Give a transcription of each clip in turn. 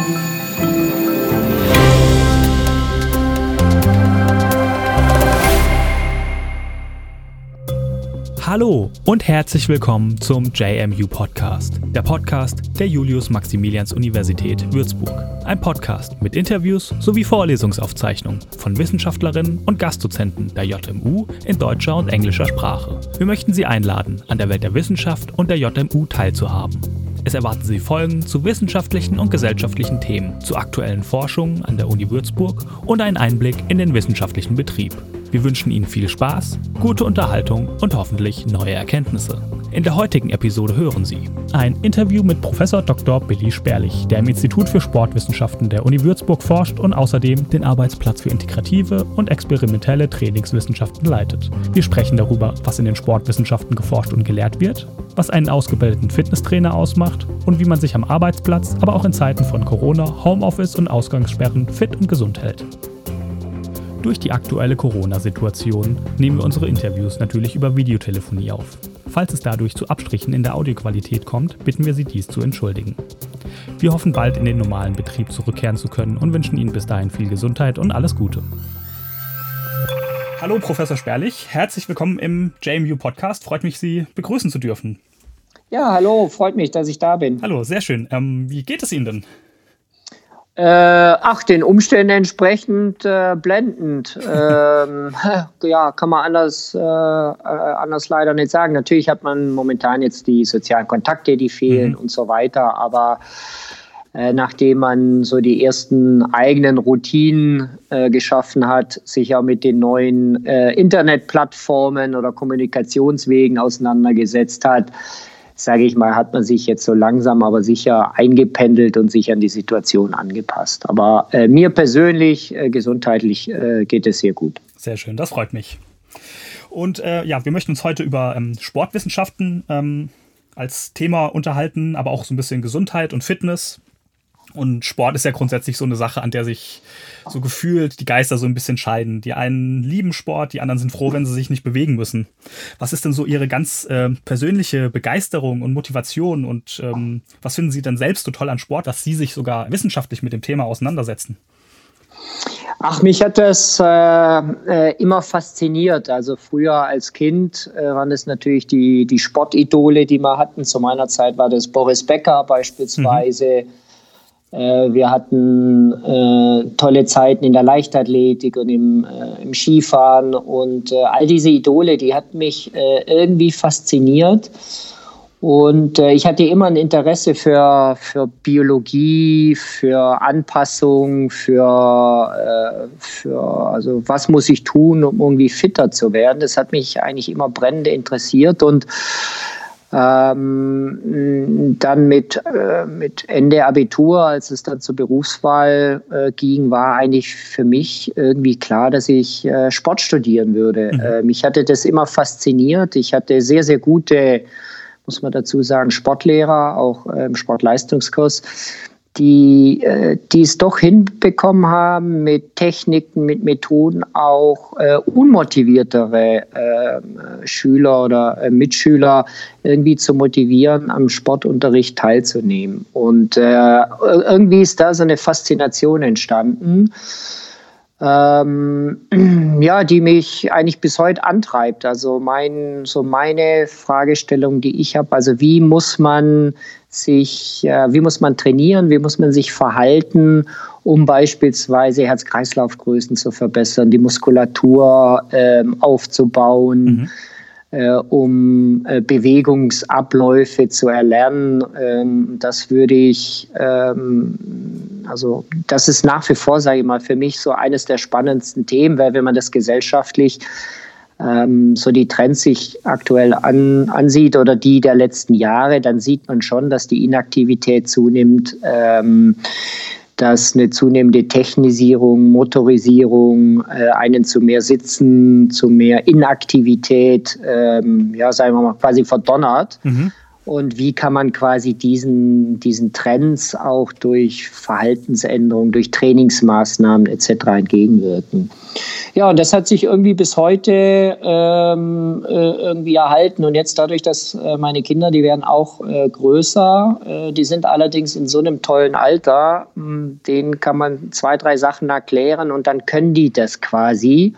Hallo und herzlich willkommen zum JMU Podcast, der Podcast der Julius-Maximilians-Universität Würzburg. Ein Podcast mit Interviews sowie Vorlesungsaufzeichnungen von Wissenschaftlerinnen und Gastdozenten der JMU in deutscher und englischer Sprache. Wir möchten Sie einladen, an der Welt der Wissenschaft und der JMU teilzuhaben. Es erwarten Sie Folgen zu wissenschaftlichen und gesellschaftlichen Themen, zu aktuellen Forschungen an der Uni Würzburg und einen Einblick in den wissenschaftlichen Betrieb. Wir wünschen Ihnen viel Spaß, gute Unterhaltung und hoffentlich neue Erkenntnisse. In der heutigen Episode hören Sie ein Interview mit Professor Dr. Billy Sperlich, der im Institut für Sportwissenschaften der Uni Würzburg forscht und außerdem den Arbeitsplatz für integrative und experimentelle Trainingswissenschaften leitet. Wir sprechen darüber, was in den Sportwissenschaften geforscht und gelehrt wird, was einen ausgebildeten Fitnesstrainer ausmacht und wie man sich am Arbeitsplatz, aber auch in Zeiten von Corona, Homeoffice und Ausgangssperren fit und gesund hält. Durch die aktuelle Corona-Situation nehmen wir unsere Interviews natürlich über Videotelefonie auf. Falls es dadurch zu Abstrichen in der Audioqualität kommt, bitten wir Sie, dies zu entschuldigen. Wir hoffen, bald in den normalen Betrieb zurückkehren zu können und wünschen Ihnen bis dahin viel Gesundheit und alles Gute. Hallo Professor Sperlich, herzlich willkommen im JMU-Podcast. Freut mich, Sie begrüßen zu dürfen. Ja, hallo, freut mich, dass ich da bin. Hallo, sehr schön. Wie geht es Ihnen denn? Den Umständen entsprechend blendend. Ja, kann man anders leider nicht sagen. Natürlich hat man momentan jetzt die sozialen Kontakte, die fehlen und so weiter, aber nachdem man so die ersten eigenen Routinen geschaffen hat, sich auch mit den neuen Internetplattformen oder Kommunikationswegen auseinandergesetzt hat, sage ich mal, hat man sich jetzt so langsam aber sicher eingependelt und sich an die Situation angepasst. Aber mir persönlich, gesundheitlich geht es sehr gut. Sehr schön, das freut mich. Und wir möchten uns heute über Sportwissenschaften als Thema unterhalten, aber auch so ein bisschen Gesundheit und Fitness. Und Sport ist ja grundsätzlich so eine Sache, an der sich so gefühlt die Geister so ein bisschen scheiden. Die einen lieben Sport, die anderen sind froh, wenn sie sich nicht bewegen müssen. Was ist denn so Ihre ganz persönliche Begeisterung und Motivation und was finden Sie denn selbst so toll an Sport, dass Sie sich sogar wissenschaftlich mit dem Thema auseinandersetzen? Ach, mich hat das immer fasziniert. Also früher als Kind waren das natürlich die Sportidole, die wir hatten. Zu meiner Zeit war das Boris Becker beispielsweise. Wir hatten tolle Zeiten in der Leichtathletik und im Skifahren und all diese Idole, die hat mich irgendwie fasziniert. Und ich hatte immer ein Interesse für Biologie, für Anpassung, also was muss ich tun, um irgendwie fitter zu werden. Das hat mich eigentlich immer brennend interessiert und dann mit Ende Abitur, als es dann zur Berufswahl ging, war eigentlich für mich irgendwie klar, dass ich Sport studieren würde. Mich hatte das immer fasziniert. Ich hatte sehr, sehr gute, muss man dazu sagen, Sportlehrer, auch im Sportleistungskurs, die es doch hinbekommen haben, mit Techniken, mit Methoden auch unmotiviertere Schüler oder Mitschüler irgendwie zu motivieren, am Sportunterricht teilzunehmen. Und irgendwie ist da so eine Faszination entstanden, die mich eigentlich bis heute antreibt. Also meine Fragestellung, die ich habe, also wie muss man trainieren, wie muss man sich verhalten, um beispielsweise Herz-Kreislauf-Größen zu verbessern, die Muskulatur aufzubauen, um Bewegungsabläufe zu erlernen. Das würde ich, das ist nach wie vor, sage ich mal, für mich so eines der spannendsten Themen, weil wenn man das gesellschaftlich so die Trends sich aktuell ansieht oder die der letzten Jahre, dann sieht man schon, dass die Inaktivität zunimmt, dass eine zunehmende Technisierung, Motorisierung einen zu mehr Sitzen, zu mehr Inaktivität, sagen wir mal, quasi verdonnert. Und wie kann man quasi diesen Trends auch durch Verhaltensänderungen, durch Trainingsmaßnahmen etc. entgegenwirken. Ja, und das hat sich irgendwie bis heute irgendwie erhalten. Und jetzt dadurch, dass meine Kinder, die werden auch größer, die sind allerdings in so einem tollen Alter, denen kann man 2, 3 Sachen erklären und dann können die das quasi.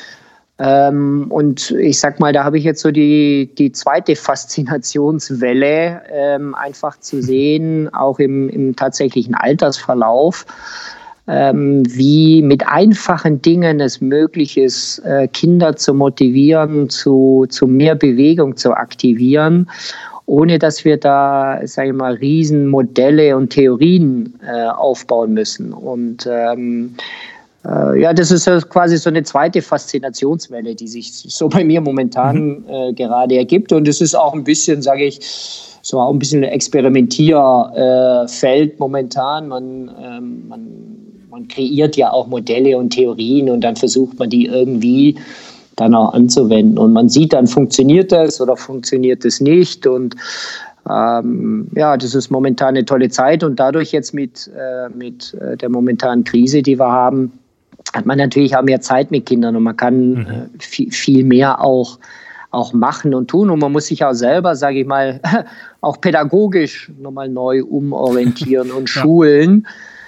Und ich sag mal, da habe ich jetzt so die zweite Faszinationswelle, einfach zu sehen, auch im tatsächlichen Altersverlauf, wie mit einfachen Dingen es möglich ist, Kinder zu motivieren, zu mehr Bewegung zu aktivieren, ohne dass wir da, sage ich mal, Riesenmodelle und Theorien aufbauen müssen. Und ja, das ist quasi so eine zweite Faszinationswelle, die sich so bei mir momentan gerade ergibt. Und es ist auch ein bisschen, sage ich, so auch ein bisschen ein Experimentierfeld momentan. Man kreiert ja auch Modelle und Theorien und dann versucht man die irgendwie dann auch anzuwenden. Und man sieht dann, funktioniert das oder funktioniert das nicht. Und ja, das ist momentan eine tolle Zeit. Und dadurch jetzt mit der momentanen Krise, die wir haben, hat man natürlich auch mehr Zeit mit Kindern und man kann viel mehr auch machen und tun. Und man muss sich auch selber, sage ich mal, auch pädagogisch nochmal neu umorientieren und schulen.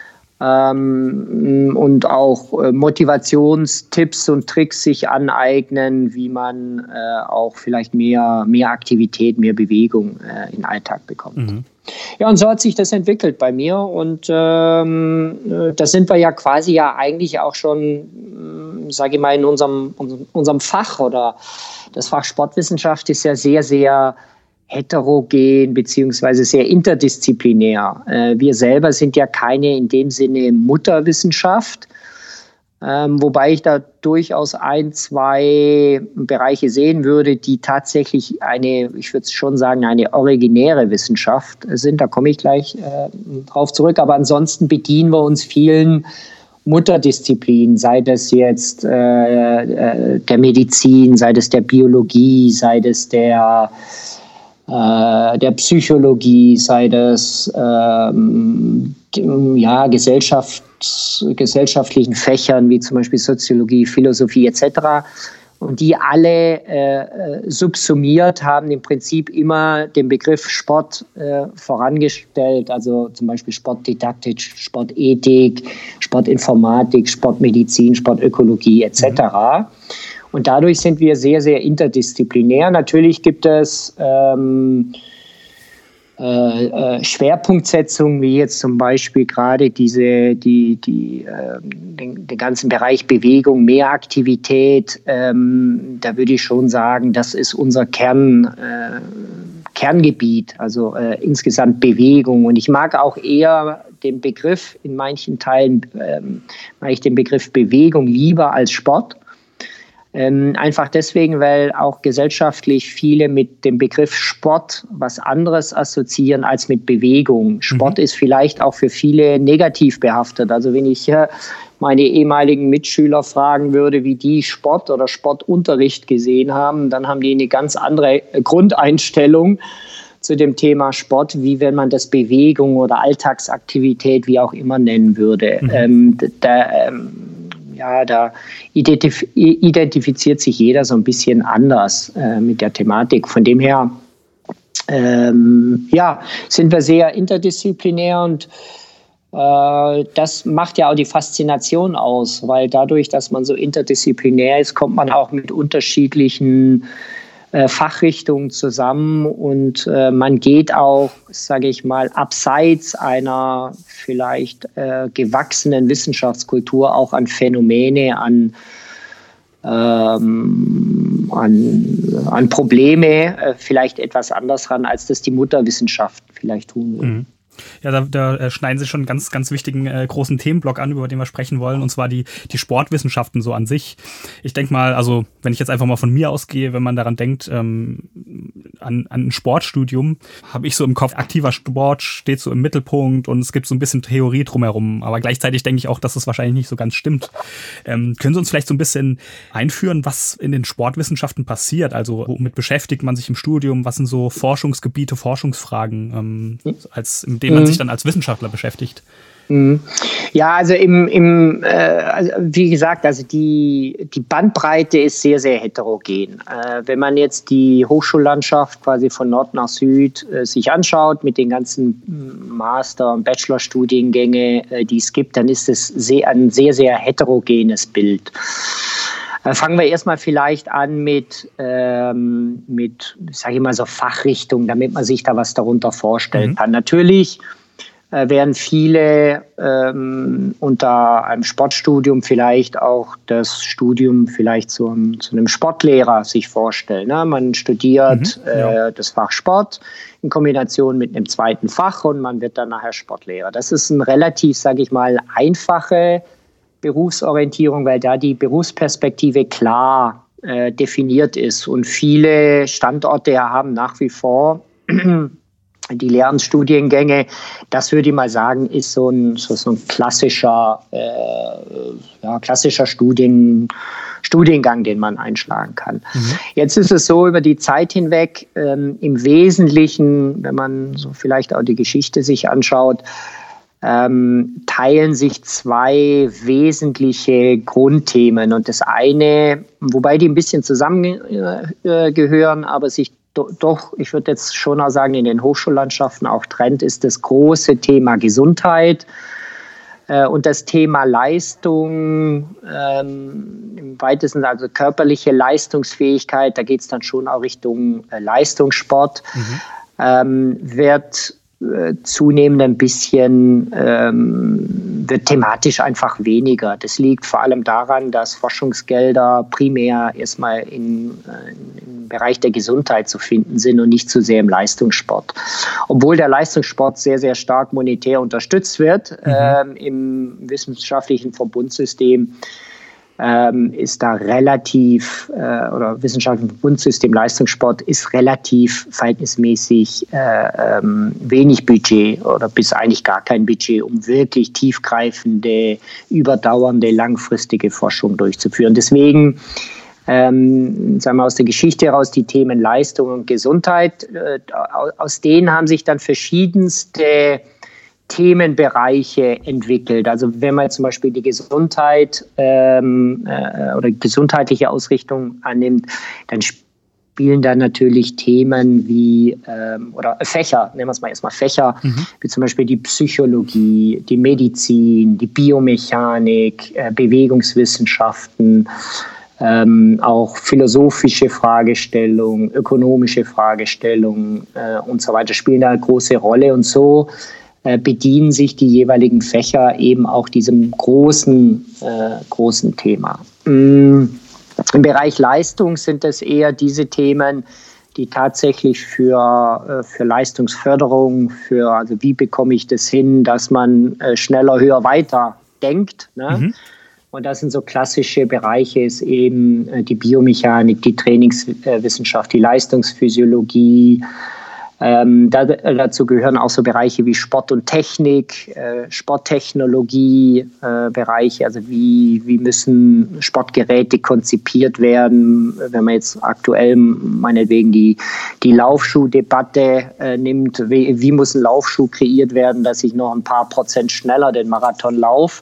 Und auch Motivationstipps und Tricks sich aneignen, wie man auch vielleicht mehr Aktivität, mehr Bewegung in den Alltag bekommt. Ja, und so hat sich das entwickelt bei mir und da sind wir ja quasi eigentlich auch schon, sage ich mal, in unserem Fach oder das Fach Sportwissenschaft ist ja sehr, sehr heterogen beziehungsweise sehr interdisziplinär. Wir selber sind ja keine in dem Sinne Mutterwissenschaft, wobei ich da durchaus 1, 2 Bereiche sehen würde, die tatsächlich ich würde schon sagen, eine originäre Wissenschaft sind. Da komme ich gleich drauf zurück. Aber ansonsten bedienen wir uns vielen Mutterdisziplinen, sei das jetzt der Medizin, sei das der Biologie, sei das der Psychologie, sei das gesellschaftlichen Fächern wie zum Beispiel Soziologie, Philosophie etc. Und die alle subsumiert haben im Prinzip immer den Begriff Sport vorangestellt, also zum Beispiel Sportdidaktik, Sportethik, Sportinformatik, Sportmedizin, Sportökologie etc. Und dadurch sind wir sehr, sehr interdisziplinär. Natürlich gibt es Schwerpunktsetzungen, wie jetzt zum Beispiel gerade den ganzen Bereich Bewegung, mehr Aktivität. Da würde ich schon sagen, das ist unser Kerngebiet, also insgesamt Bewegung. Und ich mag auch eher den Begriff, in manchen Teilen mag ich den Begriff Bewegung lieber als Sport. Einfach deswegen, weil auch gesellschaftlich viele mit dem Begriff Sport was anderes assoziieren als mit Bewegung. Sport ist vielleicht auch für viele negativ behaftet. Also wenn ich meine ehemaligen Mitschüler fragen würde, wie die Sport oder Sportunterricht gesehen haben, dann haben die eine ganz andere Grundeinstellung zu dem Thema Sport, wie wenn man das Bewegung oder Alltagsaktivität, wie auch immer nennen würde. Da identifiziert sich jeder so ein bisschen anders mit der Thematik. Von dem her sind wir sehr interdisziplinär und das macht ja auch die Faszination aus, weil dadurch, dass man so interdisziplinär ist, kommt man auch mit unterschiedlichen Fachrichtungen zusammen und man geht auch, sage ich mal, abseits einer vielleicht gewachsenen Wissenschaftskultur auch an Phänomene, an Probleme vielleicht etwas anders ran, als das die Mutterwissenschaften vielleicht tun würden. Ja, da schneiden Sie schon einen ganz, ganz wichtigen großen Themenblock an, über den wir sprechen wollen, und zwar die Sportwissenschaften so an sich. Ich denke mal, also wenn ich jetzt einfach mal von mir ausgehe, wenn man daran denkt, an ein Sportstudium, habe ich so im Kopf, aktiver Sport steht so im Mittelpunkt und es gibt so ein bisschen Theorie drumherum, aber gleichzeitig denke ich auch, dass es wahrscheinlich nicht so ganz stimmt. Können Sie uns vielleicht so ein bisschen einführen, was in den Sportwissenschaften passiert? Also womit beschäftigt man sich im Studium? Was sind so Forschungsgebiete, Forschungsfragen, mit denen man sich dann als Wissenschaftler beschäftigt? Ja, also wie gesagt, also die Bandbreite ist sehr, sehr heterogen. Wenn man jetzt die Hochschullandschaft quasi von Nord nach Süd sich anschaut, mit den ganzen Master- und Bachelorstudiengänge, die es gibt, dann ist es ein sehr, sehr heterogenes Bild. Fangen wir erstmal vielleicht an mit sage ich mal, so Fachrichtungen, damit man sich da was darunter vorstellen kann. Natürlich werden viele unter einem Sportstudium vielleicht auch das Studium vielleicht zu einem Sportlehrer sich vorstellen. Ne? Man studiert das Fach Sport in Kombination mit einem zweiten Fach und man wird dann nachher Sportlehrer. Das ist ein relativ, sage ich mal, einfache Berufsorientierung, weil da die Berufsperspektive klar definiert ist. Und viele Standorte haben nach wie vor die Lehramtsstudiengänge. Das würde ich mal sagen, ist so ein klassischer Studiengang, den man einschlagen kann. Jetzt ist es so, über die Zeit hinweg, im Wesentlichen, wenn man so vielleicht auch die Geschichte sich anschaut, teilen sich zwei wesentliche Grundthemen. Und das eine, wobei die ein bisschen zusammengehören, aber sich doch, ich würde jetzt schon auch sagen, in den Hochschullandschaften auch trennt, ist das große Thema Gesundheit und das Thema Leistung, im weitesten, also körperliche Leistungsfähigkeit, da geht es dann schon auch Richtung Leistungssport, wird zunehmend ein bisschen, wird thematisch einfach weniger. Das liegt vor allem daran, dass Forschungsgelder primär erstmal im Bereich der Gesundheit zu finden sind und nicht so sehr im Leistungssport. Obwohl der Leistungssport sehr, sehr stark monetär unterstützt wird im wissenschaftlichen Verbundsystem, ist da relativ, oder wissenschaftliches Verbundsystem Leistungssport ist relativ verhältnismäßig wenig Budget oder bis eigentlich gar kein Budget, um wirklich tiefgreifende, überdauernde, langfristige Forschung durchzuführen. Deswegen, sagen wir aus der Geschichte heraus, die Themen Leistung und Gesundheit, aus denen haben sich dann verschiedenste Themenbereiche entwickelt. Also wenn man zum Beispiel die Gesundheit oder gesundheitliche Ausrichtung annimmt, dann spielen da natürlich Themen wie oder Fächer, nennen wir es mal erstmal Fächer, wie zum Beispiel die Psychologie, die Medizin, die Biomechanik, Bewegungswissenschaften, auch philosophische Fragestellungen, ökonomische Fragestellungen und so weiter spielen da eine große Rolle, und so bedienen sich die jeweiligen Fächer eben auch diesem großen Thema. Im Bereich Leistung sind es eher diese Themen, die tatsächlich für Leistungsförderung, also wie bekomme ich das hin, dass man schneller, höher, weiter denkt. Ne? Und das sind so klassische Bereiche, ist eben die Biomechanik, die Trainingswissenschaft, die Leistungsphysiologie. Dazu gehören auch so Bereiche wie Sport und Technik, Sporttechnologie, Bereiche, also wie müssen Sportgeräte konzipiert werden, wenn man jetzt aktuell meinetwegen die Laufschuhdebatte nimmt, wie muss ein Laufschuh kreiert werden, dass ich noch ein paar Prozent schneller den Marathon laufe.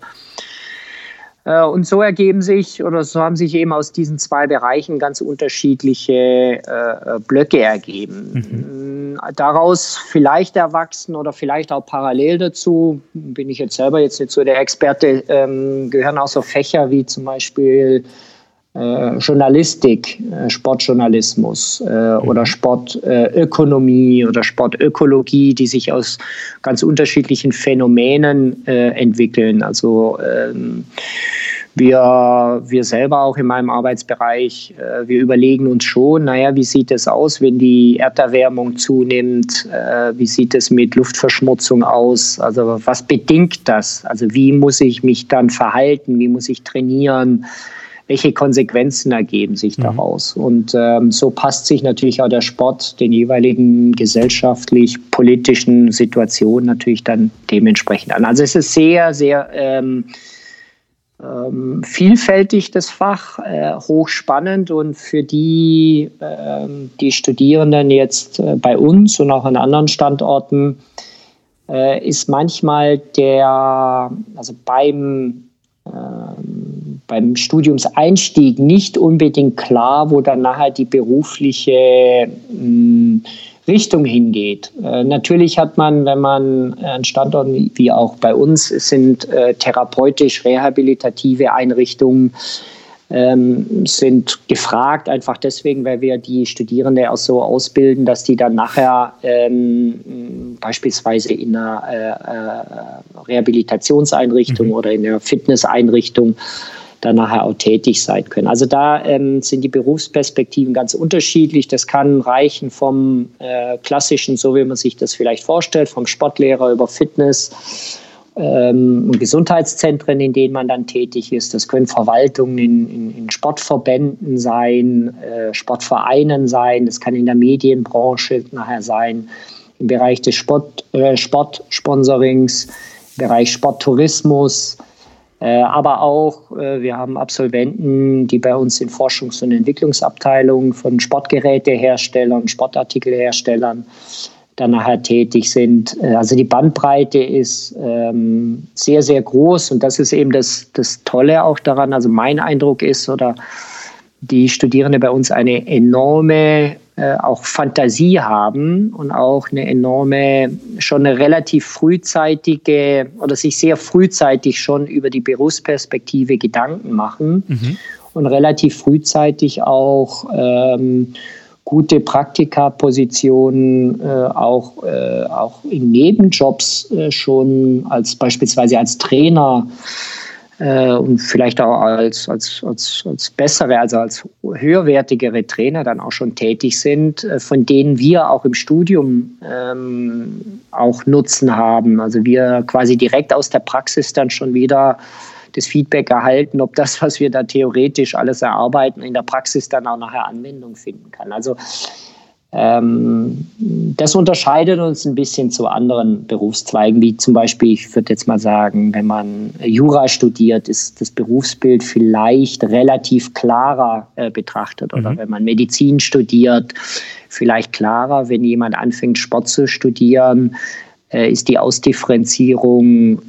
Und so haben sich eben aus diesen zwei Bereichen ganz unterschiedliche Blöcke ergeben. Daraus vielleicht erwachsen oder vielleicht auch parallel dazu, bin ich jetzt selber jetzt nicht so der Experte, gehören auch so Fächer wie zum Beispiel Journalistik, Sportjournalismus oder Sportökonomie oder Sportökologie, die sich aus ganz unterschiedlichen Phänomenen entwickeln. Also wir selber auch in meinem Arbeitsbereich, wir überlegen uns schon, wie sieht es aus, wenn die Erderwärmung zunimmt? Wie sieht es mit Luftverschmutzung aus? Also was bedingt das? Also wie muss ich mich dann verhalten? Wie muss ich trainieren? Welche Konsequenzen ergeben sich daraus? Und so passt sich natürlich auch der Sport den jeweiligen gesellschaftlich-politischen Situationen natürlich dann dementsprechend an. Also es ist sehr, sehr vielfältig, das Fach, hochspannend, und für die Studierenden jetzt bei uns und auch an anderen Standorten ist manchmal beim Studiumseinstieg nicht unbedingt klar, wo dann nachher die berufliche Richtung hingeht. Natürlich hat man, wenn man an Standorten wie auch bei uns, es sind therapeutisch-rehabilitative Einrichtungen, sind gefragt, einfach deswegen, weil wir die Studierende auch so ausbilden, dass die dann nachher beispielsweise in einer Rehabilitationseinrichtung oder in einer Fitnesseinrichtung dann nachher auch tätig sein können. Also da sind die Berufsperspektiven ganz unterschiedlich. Das kann reichen vom klassischen, so wie man sich das vielleicht vorstellt, vom Sportlehrer über Fitness und Gesundheitszentren, in denen man dann tätig ist. Das können Verwaltungen in Sportverbänden sein, Sportvereinen sein. Das kann in der Medienbranche nachher sein, im Bereich des Sportsponsorings, im Bereich Sporttourismus. Aber auch, wir haben Absolventen, die bei uns in Forschungs- und Entwicklungsabteilungen von Sportgeräteherstellern, Sportartikelherstellern dann nachher tätig sind. Also die Bandbreite ist sehr, sehr groß, und das ist eben das Tolle auch daran. Also mein Eindruck ist, oder die Studierenden bei uns eine enorme auch Fantasie haben und auch schon eine relativ frühzeitige oder sich sehr frühzeitig schon über die Berufsperspektive Gedanken machen und relativ frühzeitig auch gute Praktikapositionen auch in Nebenjobs schon beispielsweise als Trainer und vielleicht auch als bessere, also als höherwertigere Trainer dann auch schon tätig sind, von denen wir auch im Studium auch Nutzen haben. Also wir quasi direkt aus der Praxis dann schon wieder das Feedback erhalten, ob das, was wir da theoretisch alles erarbeiten, in der Praxis dann auch nachher Anwendung finden kann. Also das unterscheidet uns ein bisschen zu anderen Berufszweigen, wie zum Beispiel, ich würde jetzt mal sagen, wenn man Jura studiert, ist das Berufsbild vielleicht relativ klarer betrachtet. Oder wenn man Medizin studiert, vielleicht klarer. Wenn jemand anfängt, Sport zu studieren, ist die Ausdifferenzierung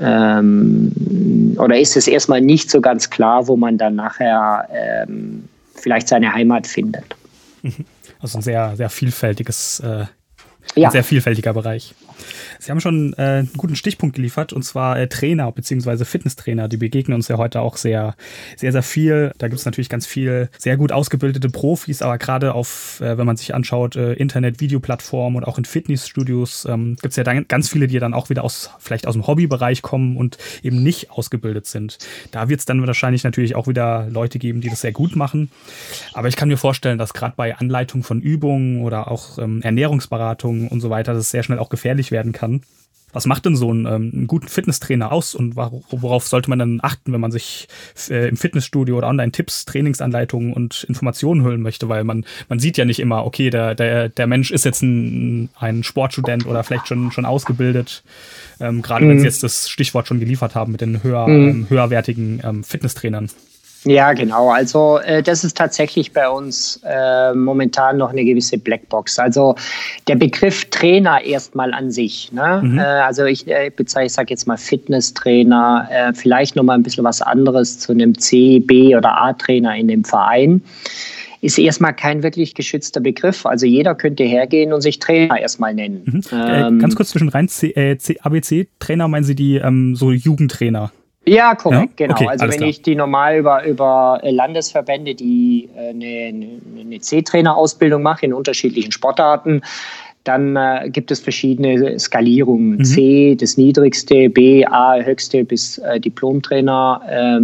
oder ist es erstmal nicht so ganz klar, wo man dann nachher vielleicht seine Heimat findet. Also ein sehr, sehr vielfältiges, sehr vielfältiger Bereich. Sie haben schon einen guten Stichpunkt geliefert, und zwar Trainer bzw. Fitnesstrainer. Die begegnen uns ja heute auch sehr, sehr, sehr viel. Da gibt es natürlich ganz viel sehr gut ausgebildete Profis, aber gerade wenn man sich anschaut, Internet-Videoplattformen und auch in Fitnessstudios gibt es ja dann ganz viele, die dann auch wieder vielleicht aus dem Hobbybereich kommen und eben nicht ausgebildet sind. Da wird es dann wahrscheinlich natürlich auch wieder Leute geben, die das sehr gut machen. Aber ich kann mir vorstellen, dass gerade bei Anleitung von Übungen oder auch Ernährungsberatung und so weiter, das sehr schnell auch gefährlich werden kann. Was macht denn so einen guten Fitnesstrainer aus, und worauf sollte man dann achten, wenn man sich im Fitnessstudio oder Online-Tipps, Trainingsanleitungen und Informationen holen möchte? Weil man sieht ja nicht immer, okay, der Mensch ist jetzt ein Sportstudent oder vielleicht schon ausgebildet. Gerade wenn Sie jetzt das Stichwort schon geliefert haben mit den höherwertigen Fitnesstrainern. Ja, genau. Also das ist tatsächlich bei uns momentan noch eine gewisse Blackbox. Also der Begriff Trainer erstmal an sich. Ne? Also ich sage jetzt mal Fitnesstrainer, vielleicht noch mal ein bisschen was anderes zu einem C-, B- oder A-Trainer in dem Verein. Ist erstmal kein wirklich geschützter Begriff. Also jeder könnte hergehen und sich Trainer erstmal nennen. Ganz kurz zwischenrein, ABC-Trainer, meinen Sie die so Jugendtrainer? Ja, korrekt, ja? Genau. Okay, also wenn ich die normal über Landesverbände, die eine C-Trainer-Ausbildung mache in unterschiedlichen Sportarten, dann gibt es verschiedene Skalierungen. C, das niedrigste, B, A, höchste bis Diplomtrainer.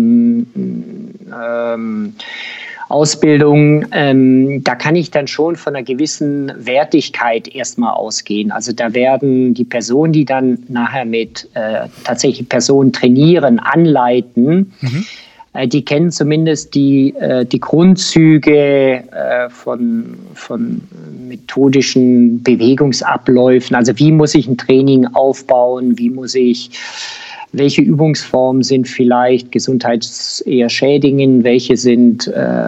Ausbildung, da kann ich dann schon von einer gewissen Wertigkeit erstmal ausgehen. Also da werden die Personen, die dann nachher mit tatsächlich Personen trainieren, anleiten, die kennen zumindest die Grundzüge von methodischen Bewegungsabläufen. Also wie muss ich ein Training aufbauen, welche Übungsformen sind vielleicht eher schädigend, welche sind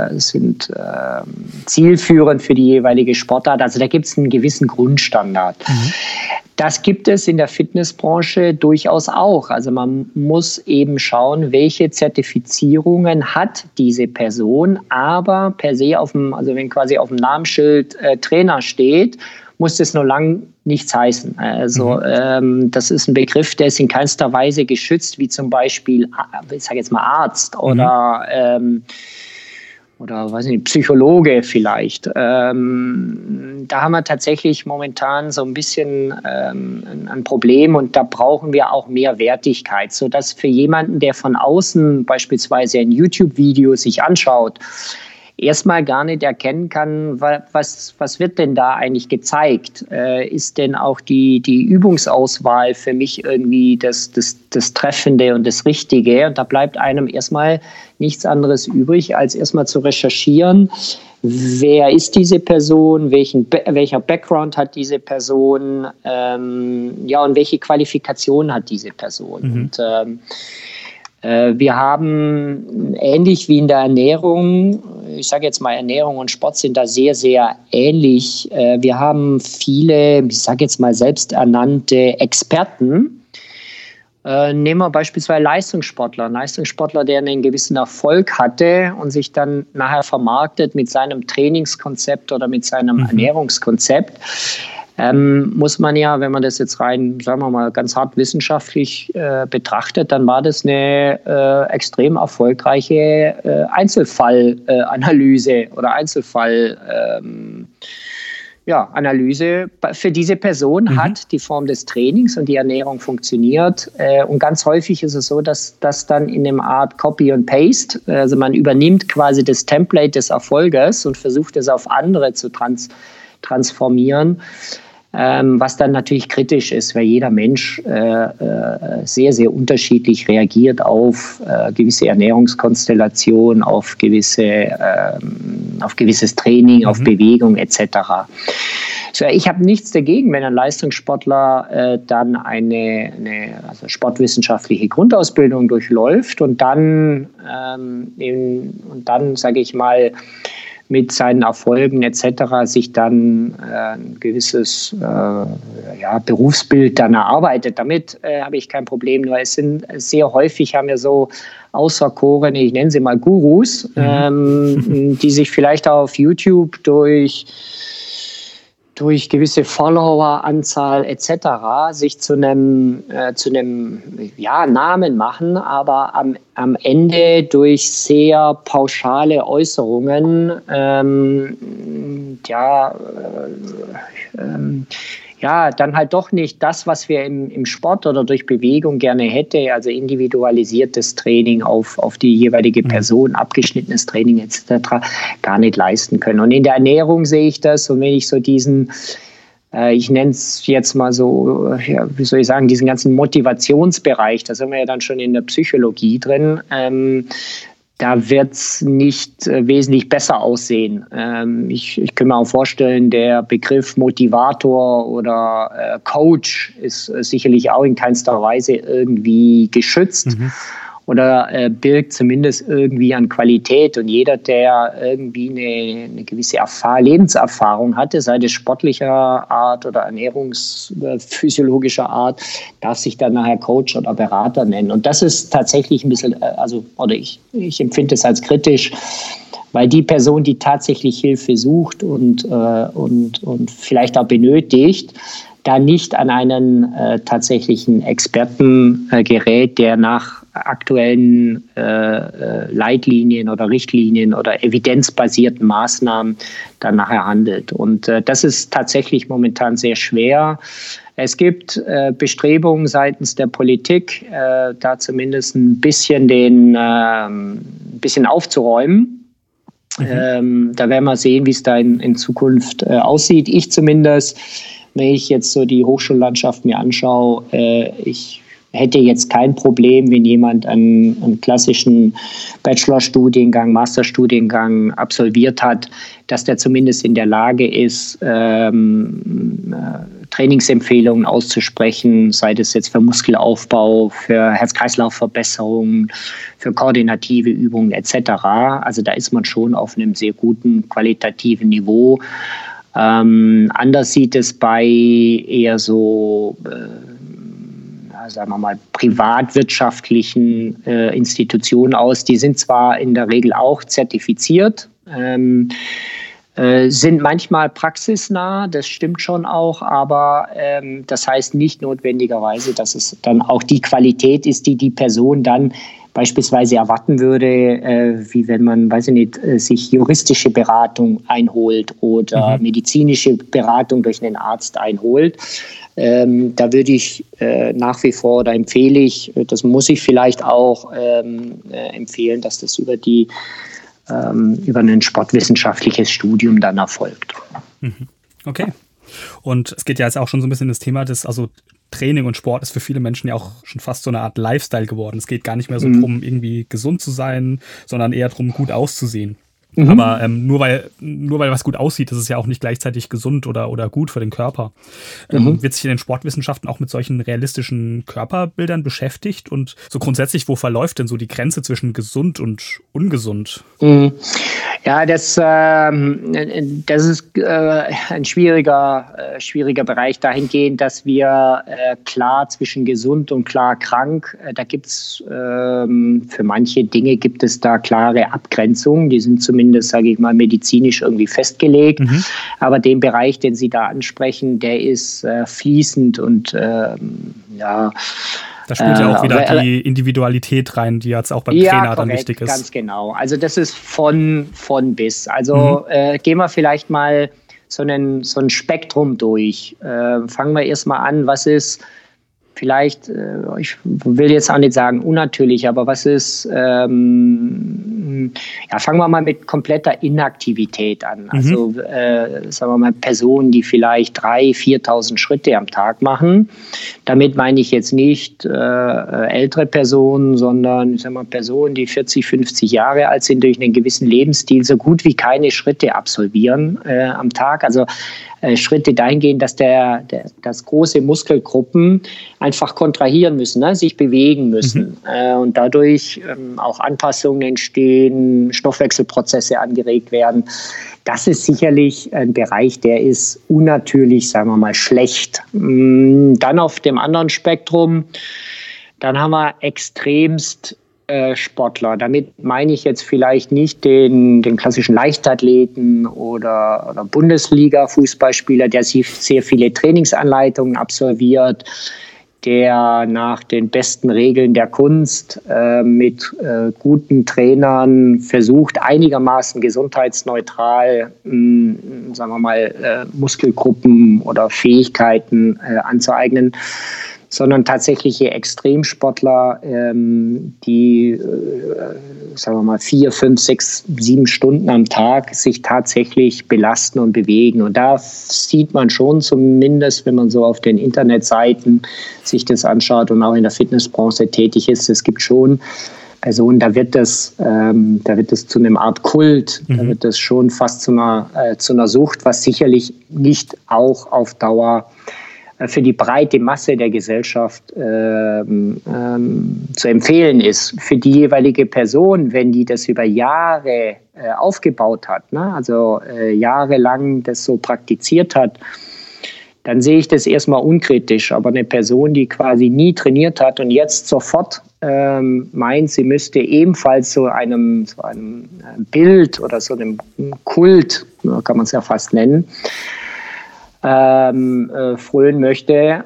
zielführend für die jeweilige Sportart. Also da gibt es einen gewissen Grundstandard. Das gibt es in der Fitnessbranche durchaus auch. Also man muss eben schauen, welche Zertifizierungen hat diese Person, aber per se wenn quasi auf dem Namensschild Trainer steht, muss das nur lang nichts heißen. Also das ist ein Begriff, der ist in keinster Weise geschützt, wie zum Beispiel, ich sage jetzt mal Arzt oder weiß nicht, Psychologe vielleicht. Da haben wir tatsächlich momentan so ein bisschen ein Problem und da brauchen wir auch mehr Wertigkeit, sodass für jemanden, der von außen beispielsweise ein YouTube-Video sich anschaut, erstmal gar nicht erkennen kann, was wird denn da eigentlich gezeigt? Ist denn auch die Übungsauswahl für mich irgendwie das Treffende und das Richtige? Und da bleibt einem erstmal nichts anderes übrig, als erstmal zu recherchieren, wer ist diese Person, welcher Background hat diese Person, und welche Qualifikation hat diese Person? Und wir haben ähnlich wie in der Ernährung, ich sage jetzt mal, Ernährung und Sport sind da sehr, sehr ähnlich. Wir haben viele, ich sage jetzt mal, selbsternannte Experten. Nehmen wir beispielsweise Leistungssportler, der einen gewissen Erfolg hatte und sich dann nachher vermarktet mit seinem Trainingskonzept oder mit seinem Ernährungskonzept. Muss man ja, wenn man das jetzt rein, sagen wir mal, ganz hart wissenschaftlich betrachtet, dann war das eine extrem erfolgreiche Einzelfallanalyse oder Analyse. Für diese Person hat die Form des Trainings und die Ernährung funktioniert. Und ganz häufig ist es so, dass das dann in einer Art Copy and Paste, also man übernimmt quasi das Template des Erfolges und versucht es auf andere zu transformieren. Was dann natürlich kritisch ist, weil jeder Mensch sehr, sehr unterschiedlich reagiert auf gewisse Ernährungskonstellationen, auf gewisses Training, auf Bewegung etc. So, ich habe nichts dagegen, wenn ein Leistungssportler dann eine sportwissenschaftliche Grundausbildung durchläuft und dann sage ich mal, mit seinen Erfolgen etc. sich dann ein gewisses Berufsbild dann erarbeitet. Damit habe ich kein Problem, weil es sind sehr häufig, haben wir so auserkorene, ich nenne sie mal Gurus, die sich vielleicht auch auf YouTube durch gewisse Followeranzahl etc. sich zu einem Namen machen, aber am Ende durch sehr pauschale Äußerungen dann halt doch nicht das, was wir im Sport oder durch Bewegung gerne hätte, also individualisiertes Training auf die jeweilige Person, abgeschnittenes Training etc. gar nicht leisten können. Und in der Ernährung sehe ich das, und wenn ich so diesen, ich nenne es jetzt mal so, diesen ganzen Motivationsbereich, da sind wir ja dann schon in der Psychologie drin, da wird es nicht wesentlich besser aussehen. Ich kann mir auch vorstellen, der Begriff Motivator oder Coach ist sicherlich auch in keinster Weise irgendwie geschützt oder birgt zumindest irgendwie an Qualität. Und jeder, der irgendwie eine gewisse Lebenserfahrung hatte, sei es sportlicher Art oder ernährungsphysiologischer Art, darf sich dann nachher Coach oder Berater nennen. Und das ist tatsächlich ein bisschen, ich empfinde es als kritisch, weil die Person, die tatsächlich Hilfe sucht und vielleicht auch benötigt, da nicht an einen tatsächlichen Experten gerät, der nach aktuellen Leitlinien oder Richtlinien oder evidenzbasierten Maßnahmen dann nachher handelt. Und das ist tatsächlich momentan sehr schwer. Es gibt Bestrebungen seitens der Politik, da zumindest ein bisschen bisschen aufzuräumen. Da werden wir sehen, wie es da in Zukunft aussieht. Ich zumindest, wenn ich jetzt so die Hochschullandschaft mir anschaue, ich hätte jetzt kein Problem, wenn jemand einen klassischen Bachelorstudiengang, Masterstudiengang absolviert hat, dass der zumindest in der Lage ist, Trainingsempfehlungen auszusprechen, sei das jetzt für Muskelaufbau, für Herz-Kreislauf-Verbesserung, für koordinative Übungen etc. Also da ist man schon auf einem sehr guten qualitativen Niveau. Anders sieht es bei eher so sagen wir mal, privatwirtschaftlichen Institutionen aus. Die sind zwar in der Regel auch zertifiziert, sind manchmal praxisnah, das stimmt schon auch, aber das heißt nicht notwendigerweise, dass es dann auch die Qualität ist, die Person dann beispielsweise erwarten würde, wie wenn man, weiß ich nicht, sich juristische Beratung einholt oder medizinische Beratung durch einen Arzt einholt. Da würde ich nach wie vor oder empfehle ich, das muss ich vielleicht auch empfehlen, dass das über ein sportwissenschaftliches Studium dann erfolgt. Okay. Und es geht ja jetzt auch schon so ein bisschen das Thema also Training und Sport ist für viele Menschen ja auch schon fast so eine Art Lifestyle geworden. Es geht gar nicht mehr so darum, irgendwie gesund zu sein, sondern eher darum, gut auszusehen. Aber nur weil was gut aussieht, ist es ja auch nicht gleichzeitig gesund oder gut für den Körper. Wird sich in den Sportwissenschaften auch mit solchen realistischen Körperbildern beschäftigt? Und so grundsätzlich, wo verläuft denn so die Grenze zwischen gesund und ungesund? Ja, das ist ein schwieriger Bereich dahingehend, dass wir klar zwischen gesund und klar krank, da gibt es für manche Dinge gibt es da klare Abgrenzungen, die sind zumindest, sage ich mal, medizinisch irgendwie festgelegt. Aber den Bereich, den Sie da ansprechen, der ist fließend und ja. Da spielt ja auch wieder die Individualität rein, die jetzt auch beim Trainer dann wichtig ist. Ganz genau. Also das ist von bis. Also gehen wir vielleicht mal so ein Spektrum durch. Fangen wir erstmal an, was ist vielleicht, ich will jetzt auch nicht sagen unnatürlich, aber was ist, fangen wir mal mit kompletter Inaktivität an. Also sagen wir mal Personen, die vielleicht 3.000, 4.000 Schritte am Tag machen. Damit meine ich jetzt nicht ältere Personen, sondern ich sag mal, Personen, die 40, 50 Jahre alt sind, durch einen gewissen Lebensstil so gut wie keine Schritte absolvieren am Tag. Also Schritte dahingehend, dass dass große Muskelgruppen einfach kontrahieren müssen, ne? Sich bewegen müssen und dadurch auch Anpassungen entstehen, Stoffwechselprozesse angeregt werden. Das ist sicherlich ein Bereich, der ist unnatürlich, sagen wir mal, schlecht. Dann auf dem anderen Spektrum, dann haben wir extremst Sportler. Damit meine ich jetzt vielleicht nicht den klassischen Leichtathleten oder Bundesliga-Fußballspieler, der sehr viele Trainingsanleitungen absolviert, der nach den besten Regeln der Kunst mit guten Trainern versucht, einigermaßen gesundheitsneutral, sagen wir mal, Muskelgruppen oder Fähigkeiten anzueignen, sondern tatsächliche Extremsportler, die, sagen wir mal, 4, 5, 6, 7 Stunden am Tag sich tatsächlich belasten und bewegen. Und da sieht man schon zumindest, wenn man so auf den Internetseiten sich das anschaut und auch in der Fitnessbranche tätig ist, es gibt schon Personen, da wird das zu einer Art Kult, da wird das schon fast zu einer Sucht, was sicherlich nicht auch auf Dauer für die breite Masse der Gesellschaft zu empfehlen ist. Für die jeweilige Person, wenn die das über Jahre aufgebaut hat, ne? Also jahrelang das so praktiziert hat, dann sehe ich das erstmal unkritisch. Aber eine Person, die quasi nie trainiert hat und jetzt sofort meint, sie müsste ebenfalls so einem Bild oder so einem Kult, kann man es ja fast nennen, frönen möchte,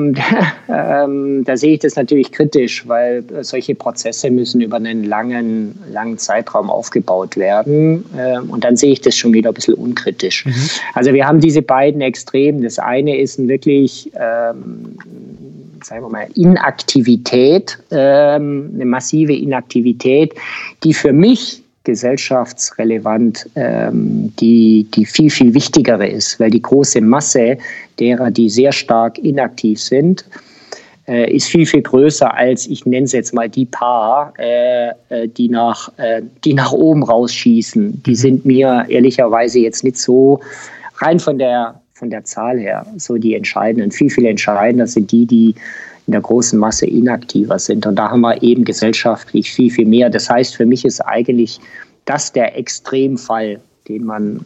da sehe ich das natürlich kritisch, weil solche Prozesse müssen über einen langen Zeitraum aufgebaut werden. Und dann sehe ich das schon wieder ein bisschen unkritisch. Also wir haben diese beiden Extremen. Das eine ist wirklich, sagen wir mal, Inaktivität, eine massive Inaktivität, die für mich gesellschaftsrelevant die viel, viel wichtigere ist, weil die große Masse derer, die sehr stark inaktiv sind, ist viel, viel größer als, ich nenne es jetzt mal, die paar, die nach oben rausschießen. Die sind mir ehrlicherweise jetzt nicht so rein von der Zahl her so die entscheidenden. Viel, viel entscheidender sind die in der großen Masse inaktiver sind. Und da haben wir eben gesellschaftlich viel, viel mehr. Das heißt, für mich ist eigentlich das der Extremfall, den man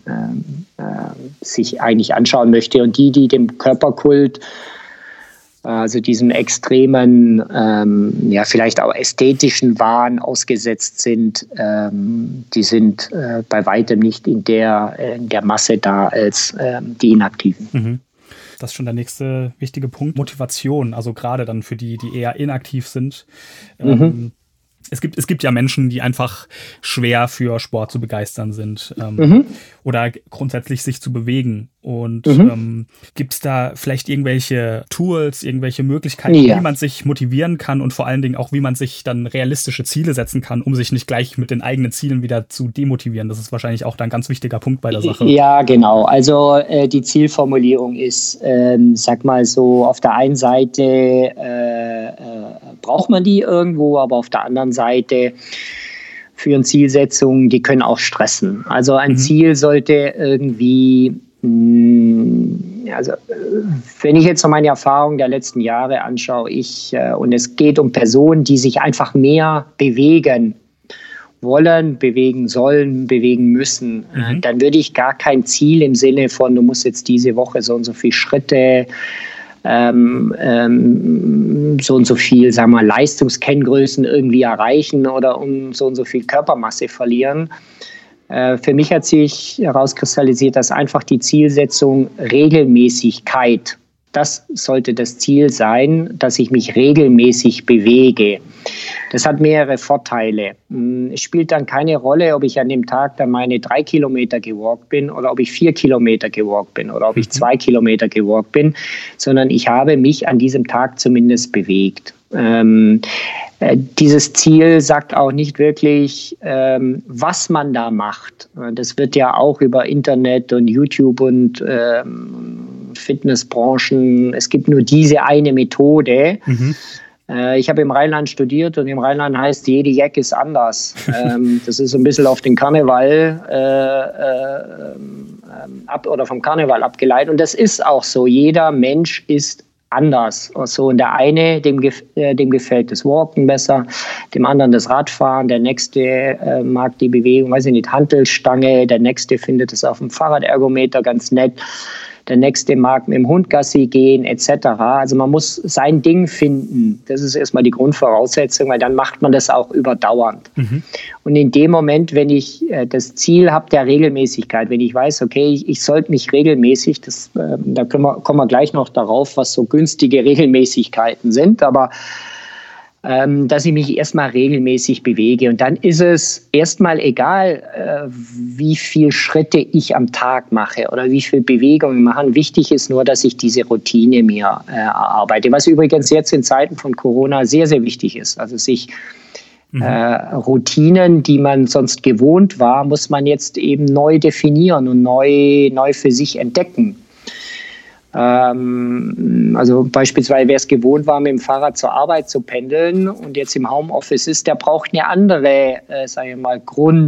sich eigentlich anschauen möchte. Und die dem Körperkult, also diesem extremen, vielleicht auch ästhetischen Wahn ausgesetzt sind, die sind bei weitem nicht in der Masse da als die Inaktiven. Mhm. Das ist schon der nächste wichtige Punkt. Motivation, also gerade dann für die eher inaktiv sind. Es gibt ja Menschen, die einfach schwer für Sport zu begeistern sind oder grundsätzlich sich zu bewegen. Und gibt es da vielleicht irgendwelche Tools, irgendwelche Möglichkeiten, wie man sich motivieren kann und vor allen Dingen auch, wie man sich dann realistische Ziele setzen kann, um sich nicht gleich mit den eigenen Zielen wieder zu demotivieren? Das ist wahrscheinlich auch dann ein ganz wichtiger Punkt bei der Sache. Ja, genau. Also die Zielformulierung ist, sag mal so, auf der einen Seite braucht man die irgendwo, aber auf der anderen Seite führen Zielsetzungen, die können auch stressen. Also ein Ziel sollte irgendwie, also wenn ich jetzt so meine Erfahrungen der letzten Jahre anschaue, und es geht um Personen, die sich einfach mehr bewegen wollen, bewegen sollen, bewegen müssen, dann würde ich gar kein Ziel im Sinne von, du musst jetzt diese Woche so und so viele Schritte, so und so viel, sagen wir, Leistungskenngrößen irgendwie erreichen oder um so und so viel Körpermasse verlieren. Für mich hat sich herauskristallisiert, dass einfach die Zielsetzung Regelmäßigkeit, das sollte das Ziel sein, dass ich mich regelmäßig bewege. Das hat mehrere Vorteile. Es spielt dann keine Rolle, ob ich an dem Tag dann meine 3 Kilometer gewalkt bin oder ob ich 4 Kilometer gewalkt bin oder ob ich 2 Kilometer gewalkt bin, sondern ich habe mich an diesem Tag zumindest bewegt. Dieses Ziel sagt auch nicht wirklich, was man da macht. Das wird ja auch über Internet und YouTube und Fitnessbranchen, es gibt nur diese eine Methode. Ich habe im Rheinland studiert und im Rheinland heißt, jede Jack ist anders. Das ist ein bisschen auf den Karneval vom Karneval abgeleitet. Und das ist auch so. Jeder Mensch ist anders. So, und der eine, dem gefällt das Walken besser, dem anderen das Radfahren, der nächste mag die Bewegung, weiß ich nicht, Hantelstange, der nächste findet es auf dem Fahrradergometer ganz nett. Der nächste mag mit dem Hund Gassi gehen, etc. Also man muss sein Ding finden. Das ist erstmal die Grundvoraussetzung, weil dann macht man das auch überdauernd. Und in dem Moment, wenn ich das Ziel habe der Regelmäßigkeit, wenn ich weiß, okay, ich sollte mich regelmäßig, da kommen wir gleich noch darauf, was so günstige Regelmäßigkeiten sind, aber dass ich mich erstmal regelmäßig bewege. Und dann ist es erstmal egal, wie viele Schritte ich am Tag mache oder wie viel Bewegung ich mache. Wichtig ist nur, dass ich diese Routine mir erarbeite. Was übrigens jetzt in Zeiten von Corona sehr, sehr wichtig ist. Also sich Routinen, die man sonst gewohnt war, muss man jetzt eben neu definieren und neu für sich entdecken. Also beispielsweise, wer es gewohnt war, mit dem Fahrrad zur Arbeit zu pendeln und jetzt im Homeoffice ist, der braucht eine andere, sage ich mal,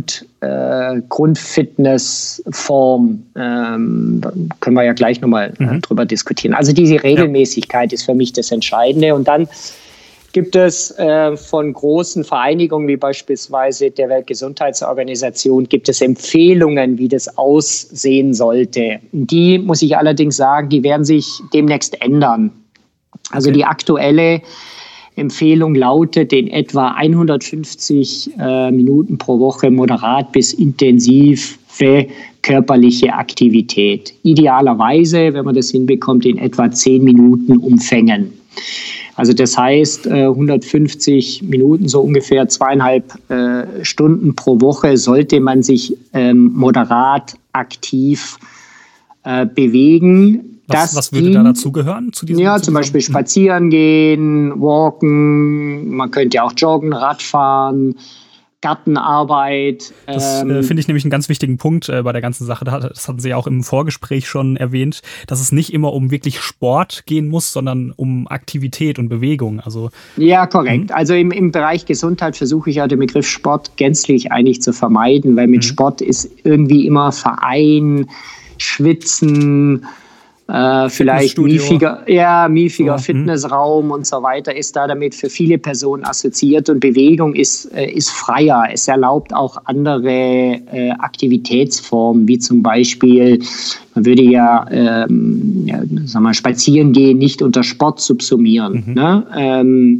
Grundfitnessform. Können wir ja gleich nochmal drüber diskutieren. Also diese Regelmäßigkeit ist für mich das Entscheidende. Und dann gibt es von großen Vereinigungen wie beispielsweise der Weltgesundheitsorganisation gibt es Empfehlungen, wie das aussehen sollte. Die, muss ich allerdings sagen, die werden sich demnächst ändern. Also die aktuelle Empfehlung lautet in etwa 150 Minuten pro Woche moderat bis intensiv für körperliche Aktivität. Idealerweise, wenn man das hinbekommt, in etwa 10 Minuten umfängen. Also das heißt, 150 Minuten, so ungefähr 2,5 Stunden pro Woche sollte man sich moderat aktiv bewegen. Was würde da dazugehören? Ja, zum Beispiel spazieren gehen, walken, man könnte auch joggen, Radfahren, Gartenarbeit. Das finde ich nämlich einen ganz wichtigen Punkt bei der ganzen Sache. Das hatten Sie auch im Vorgespräch schon erwähnt, dass es nicht immer um wirklich Sport gehen muss, sondern um Aktivität und Bewegung. Also, ja, korrekt. Also im Bereich Gesundheit versuche ich ja den Begriff Sport gänzlich eigentlich zu vermeiden, weil mit Sport ist irgendwie immer Verein, Schwitzen, vielleicht miefiger Fitnessraum und so weiter ist da damit für viele Personen assoziiert und Bewegung ist freier. Es erlaubt auch andere Aktivitätsformen, wie zum Beispiel, man würde spazieren gehen, nicht unter Sport subsumieren. Ne?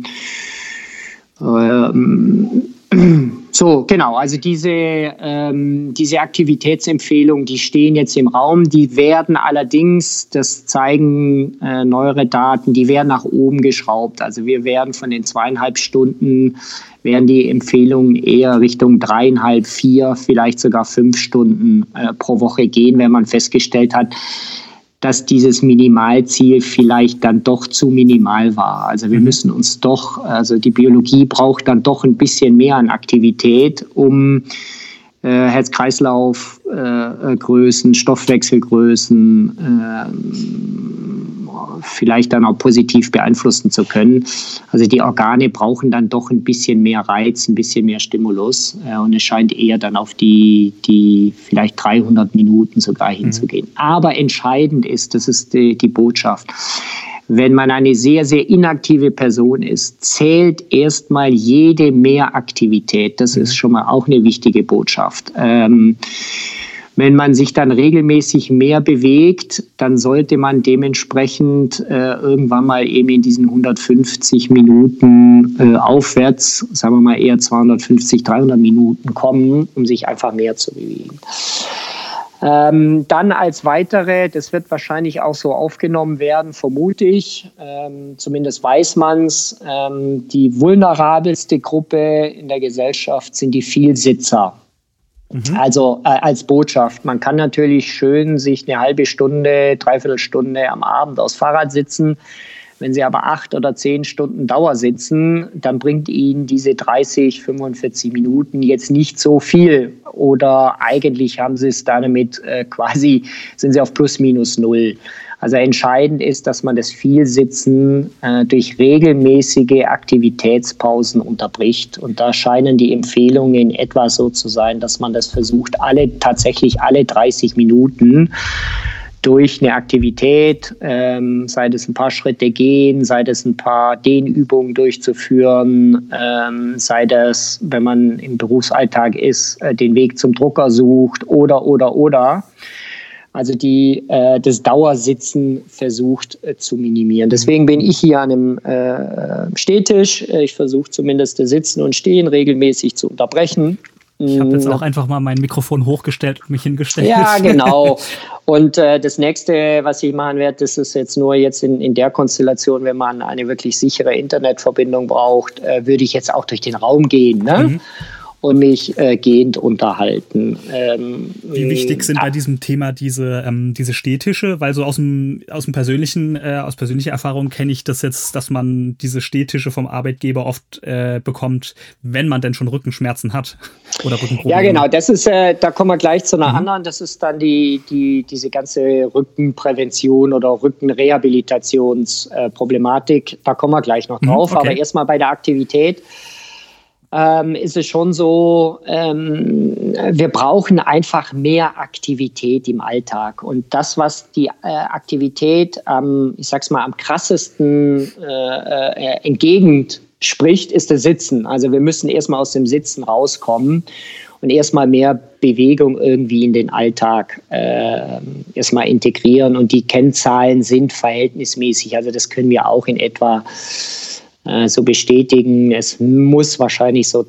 So, genau, also diese Aktivitätsempfehlungen, die stehen jetzt im Raum, die werden allerdings, das zeigen neuere Daten, die werden nach oben geschraubt. Also wir werden von den 2,5 Stunden, werden die Empfehlungen eher Richtung 3,5, 4, vielleicht sogar 5 Stunden pro Woche gehen, wenn man festgestellt hat, dass dieses Minimalziel vielleicht dann doch zu minimal war. Also wir müssen uns doch, also die Biologie braucht dann doch ein bisschen mehr an Aktivität, um Herz-Kreislauf-Größen, Stoffwechselgrößen vielleicht dann auch positiv beeinflussen zu können. Also die Organe brauchen dann doch ein bisschen mehr Reiz, ein bisschen mehr Stimulus und es scheint eher dann auf die vielleicht 300 Minuten sogar hinzugehen. Aber entscheidend ist, das ist die Botschaft, wenn man eine sehr, sehr inaktive Person ist, zählt erstmal jede Mehraktivität. Das ist schon mal auch eine wichtige Botschaft. Wenn man sich dann regelmäßig mehr bewegt, dann sollte man dementsprechend irgendwann mal eben in diesen 150 Minuten aufwärts, sagen wir mal eher 250, 300 Minuten kommen, um sich einfach mehr zu bewegen. Dann als weitere, das wird wahrscheinlich auch so aufgenommen werden, vermute ich, zumindest weiß man es, die vulnerabelste Gruppe in der Gesellschaft sind die Vielsitzer. Also als Botschaft. Man kann natürlich schön sich eine halbe Stunde, dreiviertel Stunde am Abend aufs Fahrrad sitzen. Wenn Sie aber 8 oder 10 Stunden Dauer sitzen, dann bringt Ihnen diese 30, 45 Minuten jetzt nicht so viel. Oder eigentlich haben Sie es damit sind Sie auf plus minus null. Also entscheidend ist, dass man das Vielsitzen durch regelmäßige Aktivitätspausen unterbricht. Und da scheinen die Empfehlungen in etwa so zu sein, dass man das versucht, tatsächlich alle 30 Minuten durch eine Aktivität, sei es ein paar Schritte gehen, sei es ein paar Dehnübungen durchzuführen, sei das, wenn man im Berufsalltag ist, den Weg zum Drucker sucht oder. Also das Dauersitzen versucht zu minimieren. Deswegen bin ich hier an einem Stehtisch. Ich versuche zumindest das Sitzen und Stehen regelmäßig zu unterbrechen. Ich habe jetzt auch einfach mal mein Mikrofon hochgestellt und mich hingestellt. Ja, genau. Und das nächste, was ich machen werde, das ist jetzt nur in der Konstellation, wenn man eine wirklich sichere Internetverbindung braucht, würde ich jetzt auch durch den Raum gehen, ne? Und mich gehend unterhalten. Wie wichtig sind bei diesem Thema diese Stehtische? Weil so aus persönlicher Erfahrung kenne ich das jetzt, dass man diese Stehtische vom Arbeitgeber oft bekommt, wenn man denn schon Rückenschmerzen hat oder Rückenprobleme. Ja, genau. Das ist, da kommen wir gleich zu einer anderen. Das ist dann diese ganze Rückenprävention oder Rückenrehabilitationsproblematik. Da kommen wir gleich noch drauf. Okay. Aber erstmal bei der Aktivität. Ist es schon so, wir brauchen einfach mehr Aktivität im Alltag. Und das, was die Aktivität am krassesten entgegenspricht, ist das Sitzen. Also wir müssen erstmal aus dem Sitzen rauskommen und erstmal mehr Bewegung irgendwie in den Alltag erstmal integrieren. Und die Kennzahlen sind verhältnismäßig. Also das können wir auch in etwa so bestätigen. Es muss wahrscheinlich so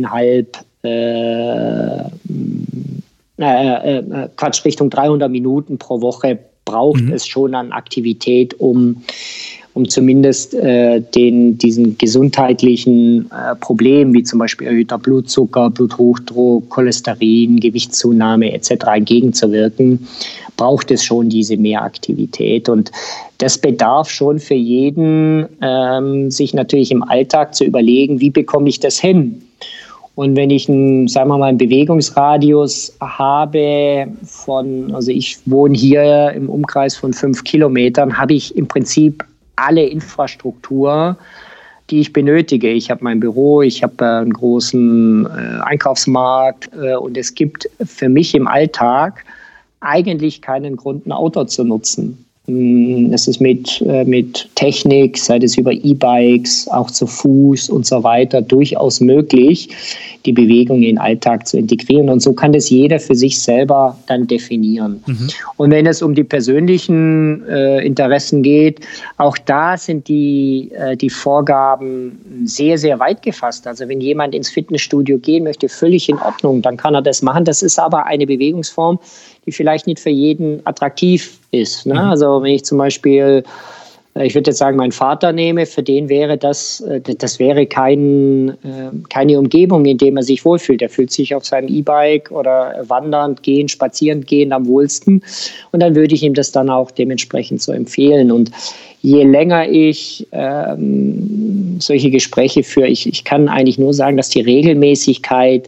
2,5 Richtung 300 Minuten pro Woche braucht es schon an Aktivität, um zumindest diesen gesundheitlichen Problemen, wie zum Beispiel erhöhter Blutzucker, Bluthochdruck, Cholesterin, Gewichtszunahme etc. entgegenzuwirken, braucht es schon diese Mehraktivität. Und das bedarf schon für jeden, sich natürlich im Alltag zu überlegen, wie bekomme ich das hin? Und wenn ich einen Bewegungsradius habe also ich wohne hier im Umkreis von 5 Kilometern, habe ich im Prinzip alle Infrastruktur, die ich benötige. Ich habe mein Büro, ich habe einen großen Einkaufsmarkt und es gibt für mich im Alltag eigentlich keinen Grund, ein Auto zu nutzen. Es ist mit Technik, sei es über E-Bikes, auch zu Fuß und so weiter, durchaus möglich, die Bewegung in den Alltag zu integrieren. Und so kann das jeder für sich selber dann definieren. Und wenn es um die persönlichen Interessen geht, auch da sind die Vorgaben sehr, sehr weit gefasst. Also wenn jemand ins Fitnessstudio gehen möchte, völlig in Ordnung, dann kann er das machen. Das ist aber eine Bewegungsform, die vielleicht nicht für jeden attraktiv ist. Ne? Also wenn ich zum Beispiel, ich würde jetzt sagen, meinen Vater nehme, für den wäre das wäre keine Umgebung, in der er sich wohlfühlt. Er fühlt sich auf seinem E-Bike oder wandernd gehen, spazierend gehen am wohlsten. Und dann würde ich ihm das dann auch dementsprechend so empfehlen. Und je länger ich solche Gespräche führe, ich kann eigentlich nur sagen, dass die Regelmäßigkeit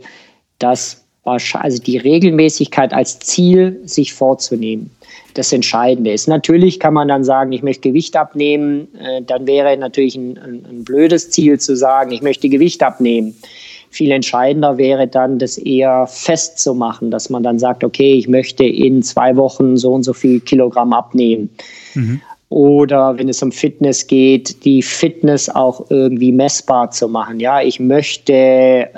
als Ziel, sich vorzunehmen, das Entscheidende ist. Natürlich kann man dann sagen, ich möchte Gewicht abnehmen. Dann wäre natürlich ein blödes Ziel zu sagen, ich möchte Gewicht abnehmen. Viel entscheidender wäre dann, das eher festzumachen, dass man dann sagt, okay, ich möchte in 2 Wochen so und so viel Kilogramm abnehmen. Oder wenn es um Fitness geht, die Fitness auch irgendwie messbar zu machen. Ja, ich möchte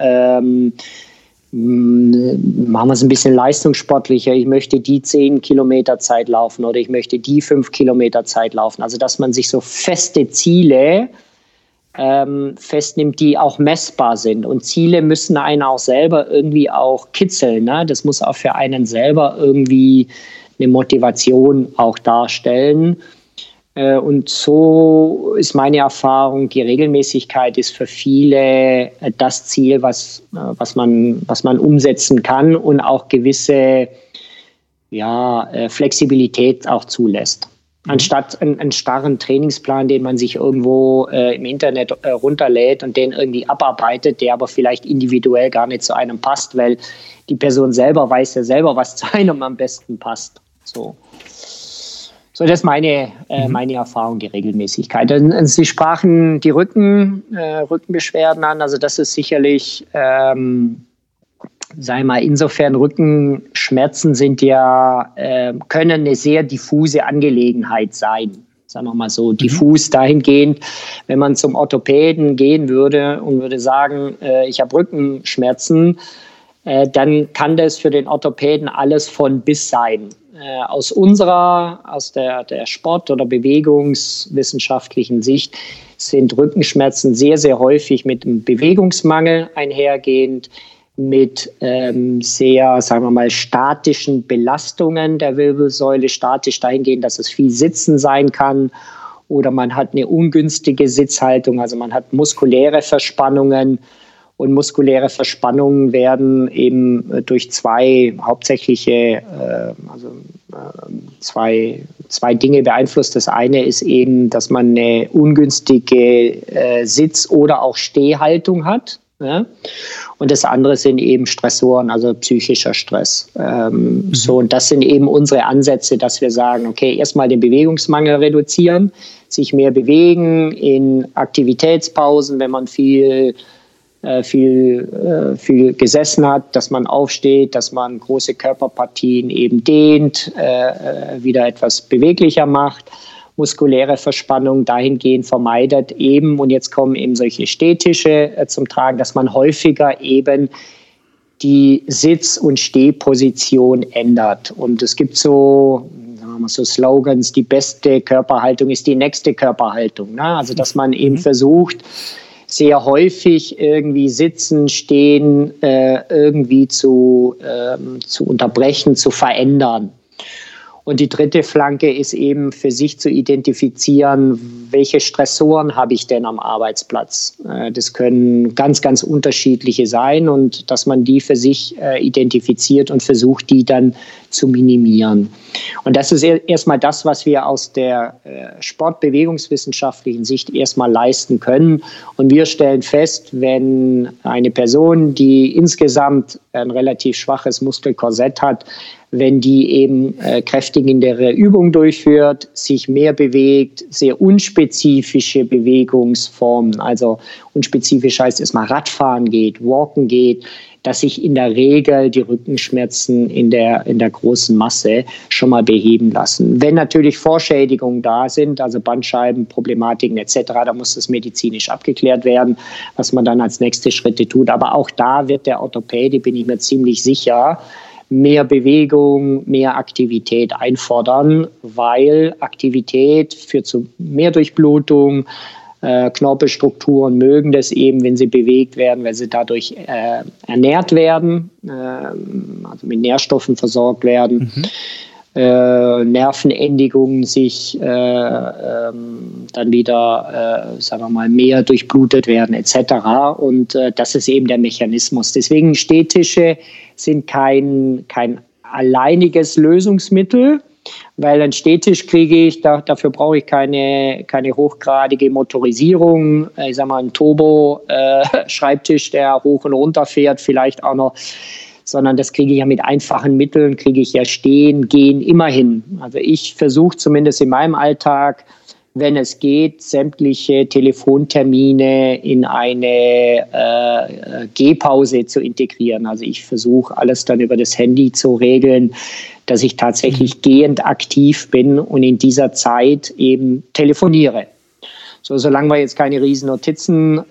machen wir es ein bisschen leistungssportlicher, ich möchte die 10 Kilometer Zeit laufen oder ich möchte die 5 Kilometer Zeit laufen. Also dass man sich so feste Ziele festnimmt, die auch messbar sind. Und Ziele müssen einen auch selber irgendwie auch kitzeln. Ne? Das muss auch für einen selber irgendwie eine Motivation auch darstellen. Und so ist meine Erfahrung, die Regelmäßigkeit ist für viele das Ziel, was man umsetzen kann und auch gewisse Flexibilität auch zulässt. Anstatt einen starren Trainingsplan, den man sich irgendwo im Internet runterlädt und den irgendwie abarbeitet, der aber vielleicht individuell gar nicht zu einem passt, weil die Person selber weiß ja selber, was zu einem am besten passt. So, das ist meine Erfahrung, die Regelmäßigkeit. Sie sprachen die Rückenbeschwerden an. Also das ist sicherlich, insofern Rückenschmerzen sind können eine sehr diffuse Angelegenheit sein. Sagen wir mal so, diffus dahingehend, wenn man zum Orthopäden gehen würde und würde sagen, ich habe Rückenschmerzen, dann kann das für den Orthopäden alles von bis sein. Aus der Sport- oder bewegungswissenschaftlichen Sicht sind Rückenschmerzen sehr, sehr häufig mit einem Bewegungsmangel einhergehend, mit sehr, statischen Belastungen der Wirbelsäule, statisch dahingehend, dass es viel Sitzen sein kann oder man hat eine ungünstige Sitzhaltung, also man hat muskuläre Verspannungen. Und muskuläre Verspannungen werden eben durch zwei Dinge beeinflusst. Das eine ist eben, dass man eine ungünstige Sitz- oder auch Stehhaltung hat. Ja? Und das andere sind eben Stressoren, also psychischer Stress. Und das sind eben unsere Ansätze, dass wir sagen, okay, erstmal den Bewegungsmangel reduzieren, sich mehr bewegen in Aktivitätspausen, wenn man viel gesessen hat, dass man aufsteht, dass man große Körperpartien eben dehnt, wieder etwas beweglicher macht, muskuläre Verspannung dahingehend vermeidet eben, und jetzt kommen eben solche Stehtische zum Tragen, dass man häufiger eben die Sitz- und Stehposition ändert. Und es gibt so haben wir so Slogans, die beste Körperhaltung ist die nächste Körperhaltung. Ne? Also dass man eben versucht, sehr häufig irgendwie sitzen, stehen, irgendwie zu unterbrechen, zu verändern. Und die dritte Flanke ist eben für sich zu identifizieren, welche Stressoren habe ich denn am Arbeitsplatz. Das können ganz, ganz unterschiedliche sein und dass man die für sich identifiziert und versucht, die dann zu minimieren. Und das ist erstmal das, was wir aus der sportbewegungswissenschaftlichen Sicht erstmal leisten können. Und wir stellen fest, wenn eine Person, die insgesamt ein relativ schwaches Muskelkorsett hat, wenn die eben kräftigere Übungen durchführt, sich mehr bewegt, sehr unspezifische Bewegungsformen, also unspezifisch heißt erstmal Radfahren geht, Walken geht, dass sich in der Regel die Rückenschmerzen in der großen Masse schon mal beheben lassen. Wenn natürlich Vorschädigungen da sind, also Bandscheibenproblematiken etc., da muss das medizinisch abgeklärt werden, was man dann als nächste Schritte tut. Aber auch da wird der Orthopäde, bin ich mir ziemlich sicher, mehr Bewegung, mehr Aktivität einfordern, weil Aktivität führt zu mehr Durchblutung. Knorpelstrukturen mögen das eben, wenn sie bewegt werden, weil sie dadurch ernährt werden, also mit Nährstoffen versorgt werden. Nervenendigungen sich dann wieder, sagen wir mal, mehr durchblutet werden etc. Und das ist eben der Mechanismus. Deswegen Stehtische sind kein alleiniges Lösungsmittel, weil ein Stehtisch kriege ich, dafür brauche ich keine hochgradige Motorisierung. Ich sage mal, ein Turbo-Schreibtisch, der hoch und runter fährt, vielleicht auch noch, sondern das kriege ich ja mit einfachen Mitteln, kriege ich ja stehen, gehen, immer hin. Also ich versuche zumindest in meinem Alltag, wenn es geht, sämtliche Telefontermine in eine Gehpause zu integrieren. Also ich versuche alles dann über das Handy zu regeln, dass ich tatsächlich gehend aktiv bin und in dieser Zeit eben telefoniere. Solange man jetzt keine riesen Notizen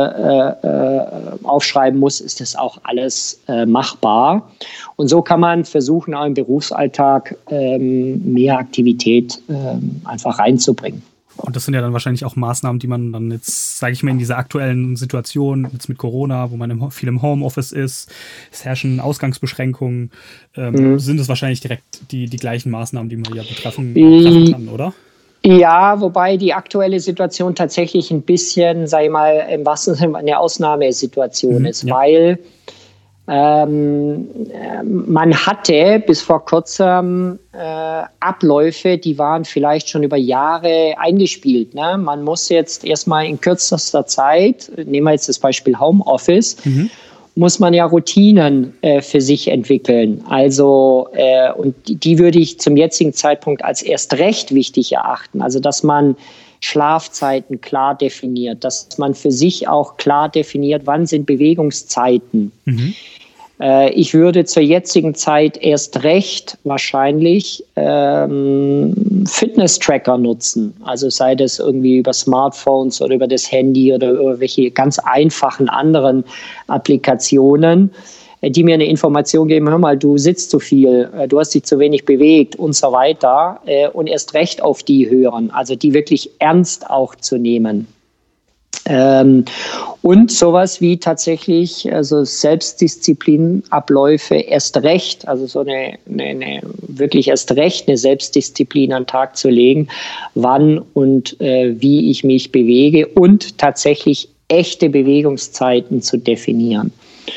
aufschreiben muss, ist das auch alles machbar. Und so kann man versuchen, auch im Berufsalltag mehr Aktivität einfach reinzubringen. Und das sind ja dann wahrscheinlich auch Maßnahmen, die man dann jetzt, sage ich mal, in dieser aktuellen Situation, jetzt mit Corona, wo man viel im Homeoffice ist, es herrschen Ausgangsbeschränkungen, sind es wahrscheinlich direkt die gleichen Maßnahmen, die man ja betreffen kann, oder? Ja, wobei die aktuelle Situation tatsächlich ein bisschen, sag ich mal, im wahrsten Sinne eine Ausnahmesituation ist, weil man hatte bis vor kurzem Abläufe, die waren vielleicht schon über Jahre eingespielt. Ne? Man muss jetzt erstmal in kürzester Zeit, nehmen wir jetzt das Beispiel Homeoffice, muss man ja Routinen für sich entwickeln. Also, und die würde ich zum jetzigen Zeitpunkt als erst recht wichtig erachten. Also, dass man Schlafzeiten klar definiert, dass man für sich auch klar definiert, wann sind Bewegungszeiten. Ich würde zur jetzigen Zeit erst recht wahrscheinlich Fitness-Tracker nutzen. Also sei das irgendwie über Smartphones oder über das Handy oder über welche ganz einfachen anderen Applikationen, die mir eine Information geben, hör mal, du sitzt zu viel, du hast dich zu wenig bewegt und so weiter. Und erst recht auf die hören, also die wirklich ernst auch zu nehmen. Und sowas wie tatsächlich, also Selbstdisziplinabläufe erst recht, also so eine wirklich erst recht eine Selbstdisziplin an den Tag zu legen, wann und wie ich mich bewege und tatsächlich echte Bewegungszeiten zu definieren.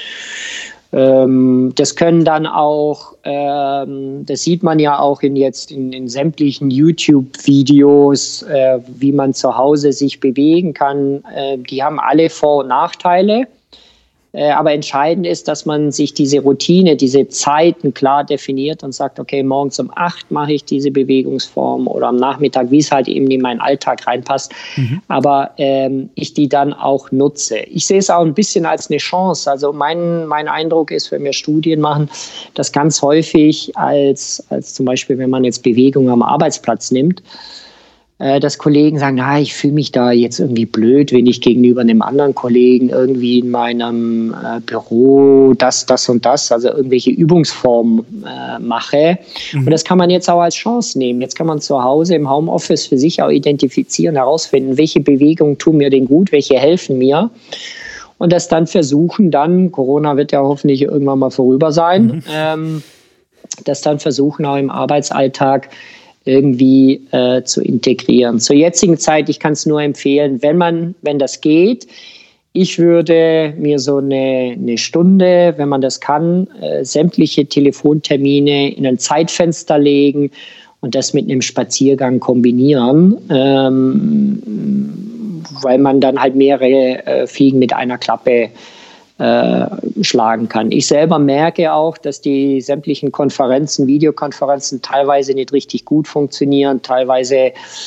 Das können dann auch, das sieht man ja auch in sämtlichen YouTube-Videos, wie man zu Hause sich bewegen kann. Die haben alle Vor- und Nachteile. Aber entscheidend ist, dass man sich diese Routine, diese Zeiten klar definiert und sagt, okay, morgens um 8 mache ich diese Bewegungsform oder am Nachmittag, wie es halt eben in meinen Alltag reinpasst. Aber ich die dann auch nutze. Ich sehe es auch ein bisschen als eine Chance. Also mein Eindruck ist, wenn wir Studien machen, dass ganz häufig als zum Beispiel, wenn man jetzt Bewegung am Arbeitsplatz nimmt, dass Kollegen sagen, ich fühle mich da jetzt irgendwie blöd, wenn ich gegenüber einem anderen Kollegen irgendwie in meinem Büro das und das, also irgendwelche Übungsformen mache. Und das kann man jetzt auch als Chance nehmen. Jetzt kann man zu Hause im Homeoffice für sich auch identifizieren, herausfinden, welche Bewegungen tun mir denn gut, welche helfen mir. Und das dann versuchen, Corona wird ja hoffentlich irgendwann mal vorüber sein, das dann versuchen auch im Arbeitsalltag irgendwie zu integrieren. Zur jetzigen Zeit, ich kann es nur empfehlen, wenn das geht, ich würde mir so eine Stunde, wenn man das kann, sämtliche Telefontermine in ein Zeitfenster legen und das mit einem Spaziergang kombinieren, weil man dann halt mehrere Fliegen mit einer Klappe schlagen kann. Ich selber merke auch, dass die sämtlichen Konferenzen, Videokonferenzen teilweise nicht richtig gut funktionieren, teilweise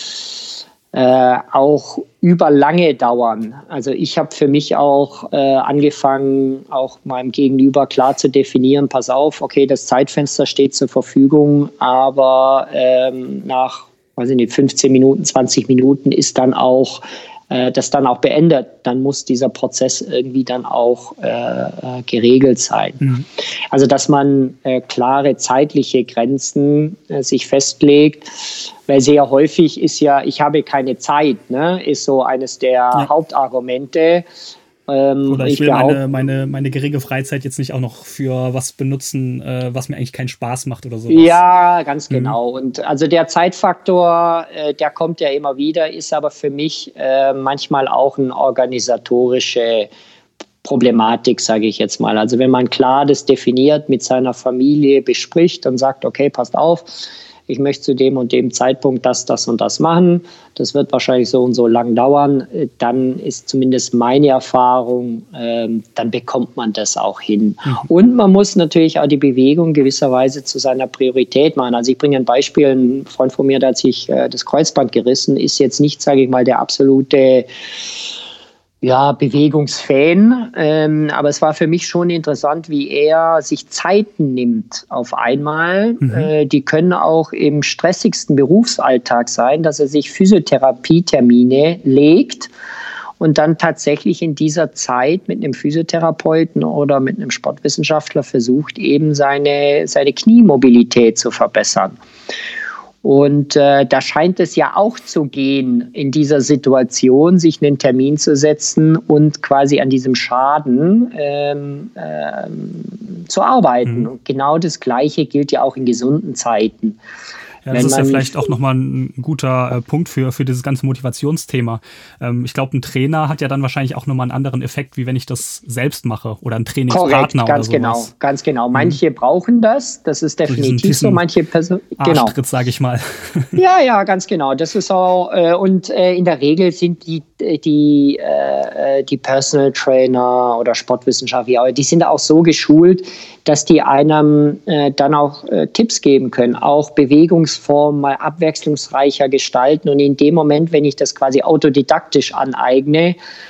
auch über lange dauern. Also ich habe für mich auch angefangen, auch meinem Gegenüber klar zu definieren, pass auf, okay, das Zeitfenster steht zur Verfügung, aber nach 15 Minuten, 20 Minuten ist dann auch das dann auch beendet, dann muss dieser Prozess irgendwie dann auch geregelt sein. Also dass man klare zeitliche Grenzen sich festlegt, weil sehr häufig ist ja, ich habe keine Zeit, ist so eines der Hauptargumente. Oder ich will meine geringe Freizeit jetzt nicht auch noch für was benutzen, was mir eigentlich keinen Spaß macht oder sowas. Ja, ganz genau. Und also der Zeitfaktor, der kommt ja immer wieder, ist aber für mich manchmal auch eine organisatorische Problematik, sage ich jetzt mal. Also wenn man klar das definiert, mit seiner Familie bespricht und sagt, okay, passt auf, ich möchte zu dem und dem Zeitpunkt das und das machen, das wird wahrscheinlich so und so lang dauern, dann ist zumindest meine Erfahrung, dann bekommt man das auch hin. Und man muss natürlich auch die Bewegung gewisserweise zu seiner Priorität machen. Also ich bringe ein Beispiel, ein Freund von mir, der hat sich das Kreuzband gerissen, ist jetzt nicht, sage ich mal, der absolute Bewegungsfan, aber es war für mich schon interessant, wie er sich Zeiten nimmt auf einmal. Die können auch im stressigsten Berufsalltag sein, dass er sich Physiotherapietermine legt und dann tatsächlich in dieser Zeit mit einem Physiotherapeuten oder mit einem Sportwissenschaftler versucht, eben seine Kniemobilität zu verbessern. Und da scheint es ja auch zu gehen, in dieser Situation sich einen Termin zu setzen und quasi an diesem Schaden zu arbeiten. Und genau das Gleiche gilt ja auch in gesunden Zeiten. Ja, das ist ja vielleicht auch nochmal ein guter Punkt für dieses ganze Motivationsthema. Ich glaube, ein Trainer hat ja dann wahrscheinlich auch nochmal einen anderen Effekt, wie wenn ich das selbst mache oder ein Trainingspartner. Korrekt, ganz genau. Manche brauchen das ist definitiv so. Manche Personen, Arschtritt, sage ich mal. Ja, ganz genau. Das ist auch, und in der Regel sind die Personal Trainer oder Sportwissenschaftler, die sind auch so geschult, dass die einem dann auch Tipps geben können, auch Bewegungsformen mal abwechslungsreicher gestalten. Und in dem Moment, wenn ich das quasi autodidaktisch aneigne,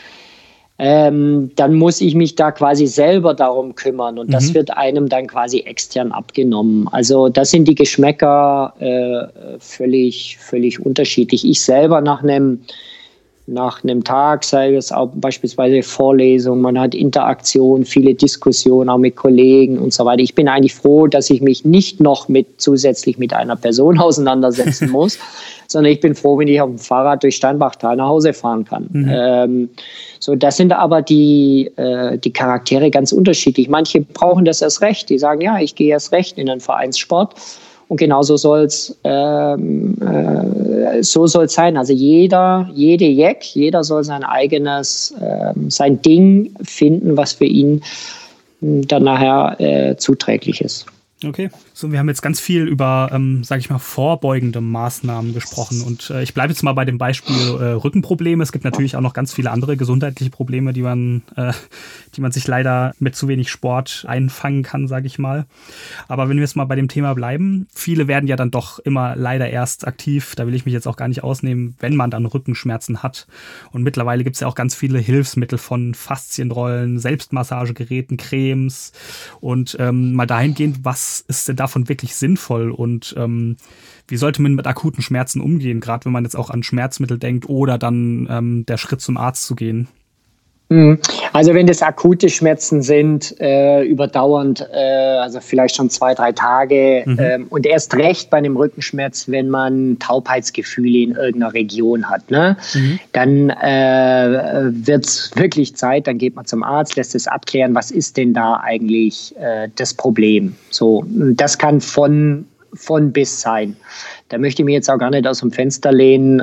dann muss ich mich da quasi selber darum kümmern. Und das wird einem dann quasi extern abgenommen. Also das sind die Geschmäcker völlig unterschiedlich. Ich selber nach einem Tag, sei es auch beispielsweise Vorlesungen, man hat Interaktion, viele Diskussionen auch mit Kollegen und so weiter. Ich bin eigentlich froh, dass ich mich nicht noch zusätzlich mit einer Person auseinandersetzen muss, sondern ich bin froh, wenn ich auf dem Fahrrad durch Steinbachtal nach Hause fahren kann. Das sind aber die Charaktere ganz unterschiedlich. Manche brauchen das erst recht. Die sagen, ja, ich gehe erst recht in den Vereinssport. Und genauso soll es sein. Also jeder soll sein eigenes, sein Ding finden, was für ihn dann nachher zuträglich ist. Okay, so wir haben jetzt ganz viel über, sage ich mal, vorbeugende Maßnahmen gesprochen und ich bleibe jetzt mal bei dem Beispiel Rückenprobleme. Es gibt natürlich auch noch ganz viele andere gesundheitliche Probleme, die die man sich leider mit zu wenig Sport einfangen kann, sage ich mal. Aber wenn wir jetzt mal bei dem Thema bleiben, viele werden ja dann doch immer leider erst aktiv, da will ich mich jetzt auch gar nicht ausnehmen, wenn man dann Rückenschmerzen hat. Und mittlerweile gibt es ja auch ganz viele Hilfsmittel von Faszienrollen, Selbstmassagegeräten, Cremes und mal dahingehend, was ist denn davon wirklich sinnvoll und wie sollte man mit akuten Schmerzen umgehen, gerade wenn man jetzt auch an Schmerzmittel denkt oder dann der Schritt zum Arzt zu gehen? Also wenn das akute Schmerzen sind, überdauernd, also vielleicht schon 2-3 Tage und erst recht bei einem Rückenschmerz, wenn man Taubheitsgefühle in irgendeiner Region hat, ne? Dann wird es wirklich Zeit, dann geht man zum Arzt, lässt es abklären, was ist denn da eigentlich das Problem. So, das kann von bis sein. Da möchte ich mich jetzt auch gar nicht aus dem Fenster lehnen.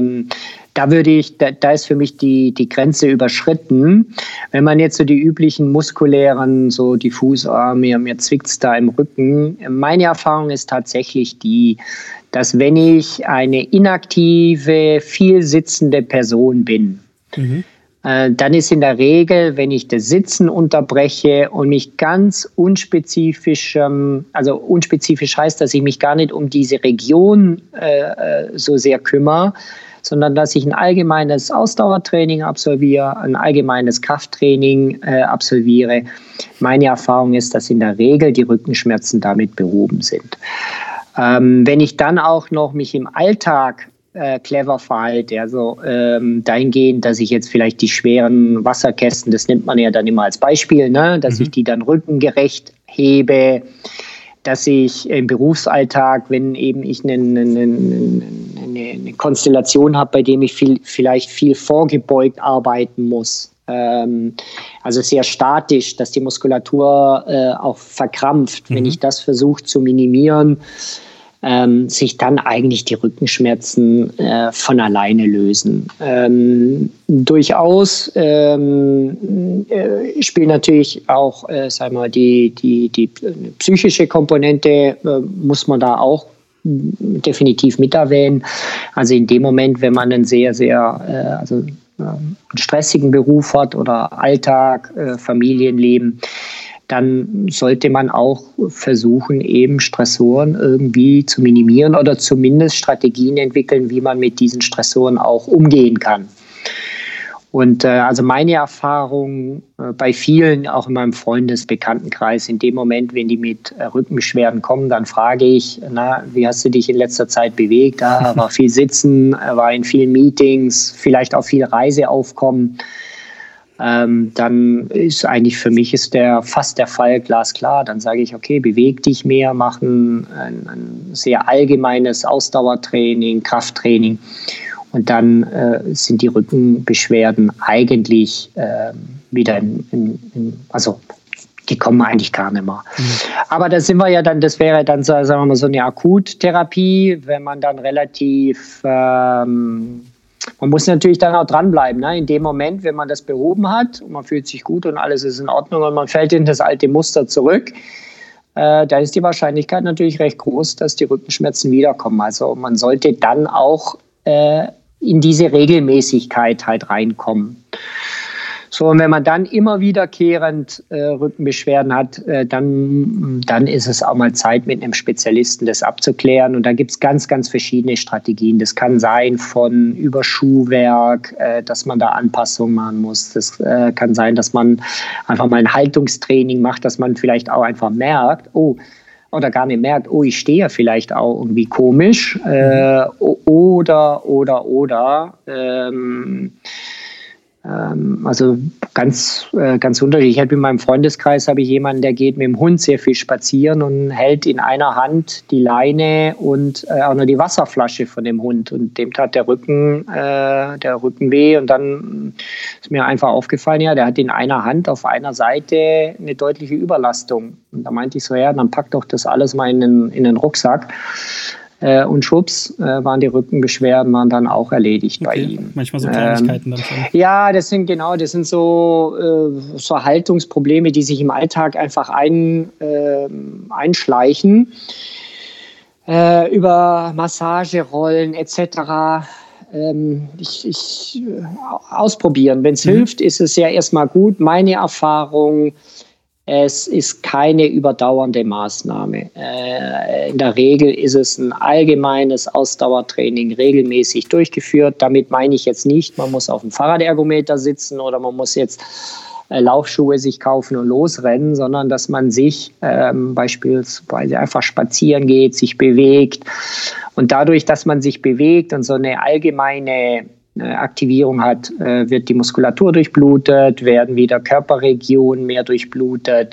Da ist für mich die Grenze überschritten. Wenn man jetzt so die üblichen muskulären, so diffus, mir zwickt's da im Rücken. Meine Erfahrung ist tatsächlich die, dass wenn ich eine inaktive, viel sitzende Person bin, dann ist in der Regel, wenn ich das Sitzen unterbreche und mich ganz unspezifisch, also unspezifisch heißt, dass ich mich gar nicht um diese Region so sehr kümmere, sondern dass ich ein allgemeines Ausdauertraining absolviere, ein allgemeines Krafttraining absolviere. Meine Erfahrung ist, dass in der Regel die Rückenschmerzen damit behoben sind. Wenn ich dann auch noch mich im Alltag clever verhalte, also dahingehend, dass ich jetzt vielleicht die schweren Wasserkästen, das nimmt man ja dann immer als Beispiel, ne, dass ich die dann rückengerecht hebe, dass ich im Berufsalltag, wenn eben ich eine Konstellation habe, bei dem ich vielleicht viel vorgebeugt arbeiten muss, also sehr statisch, dass die Muskulatur auch verkrampft, wenn ich das versuche zu minimieren, sich dann eigentlich die Rückenschmerzen von alleine lösen. Durchaus spielt natürlich auch, sagen wir, die psychische Komponente muss man da auch definitiv mit erwähnen. Also in dem Moment, wenn man einen sehr, sehr einen stressigen Beruf hat oder Alltag, Familienleben, dann sollte man auch versuchen, eben Stressoren irgendwie zu minimieren oder zumindest Strategien entwickeln, wie man mit diesen Stressoren auch umgehen kann. Und also meine Erfahrung bei vielen, auch in meinem Bekanntenkreis, in dem Moment, wenn die mit Rückenbeschwerden kommen, dann frage ich, wie hast du dich in letzter Zeit bewegt? War viel Sitzen, war in vielen Meetings, vielleicht auch viel Reiseaufkommen. Dann ist eigentlich für mich fast der Fall glasklar. Dann sage ich, okay, beweg dich mehr, mach ein sehr allgemeines Ausdauertraining, Krafttraining und dann sind die Rückenbeschwerden eigentlich wieder also die kommen eigentlich gar nicht mehr. Aber da sind wir ja dann, das wäre dann, sagen wir mal, so eine Akuttherapie, wenn man dann relativ man muss natürlich dann auch dranbleiben, ne? In dem Moment, wenn man das behoben hat und man fühlt sich gut und alles ist in Ordnung und man fällt in das alte Muster zurück, da ist die Wahrscheinlichkeit natürlich recht groß, dass die Rückenschmerzen wiederkommen. Also man sollte dann auch in diese Regelmäßigkeit halt reinkommen. So, und wenn man dann immer wiederkehrend Rückenbeschwerden hat, dann ist es auch mal Zeit, mit einem Spezialisten das abzuklären. Und da gibt es ganz, ganz verschiedene Strategien. Das kann sein von über Schuhwerk, dass man da Anpassungen machen muss. Das kann sein, dass man einfach mal ein Haltungstraining macht, dass man vielleicht auch einfach merkt, oder gar nicht merkt, ich stehe ja vielleicht auch irgendwie komisch. Oder. Also ganz unterschiedlich. Ich habe in meinem Freundeskreis jemanden, der geht mit dem Hund sehr viel spazieren und hält in einer Hand die Leine und auch noch die Wasserflasche von dem Hund. Und dem tat der Rücken weh. Und dann ist mir einfach aufgefallen, der hat in einer Hand auf einer Seite eine deutliche Überlastung. Und da meinte ich so, dann pack doch das alles mal in den Rucksack. Und schwupps, waren die Rückenbeschwerden dann auch erledigt bei ihm. Manchmal so Kleinigkeiten dann schon. Ja, das sind so Haltungsprobleme, die sich im Alltag einfach einschleichen. Über Massagerollen etc. ausprobieren. Wenn es hilft, ist es ja erstmal gut. Meine Erfahrung, es ist keine überdauernde Maßnahme. In der Regel ist es ein allgemeines Ausdauertraining regelmäßig durchgeführt. Damit meine ich jetzt nicht, man muss auf dem Fahrradergometer sitzen oder man muss jetzt Laufschuhe sich kaufen und losrennen, sondern dass man sich beispielsweise einfach spazieren geht, sich bewegt. Und dadurch, dass man sich bewegt und so eine allgemeine Aktivierung hat, wird die Muskulatur durchblutet, werden wieder Körperregionen mehr durchblutet,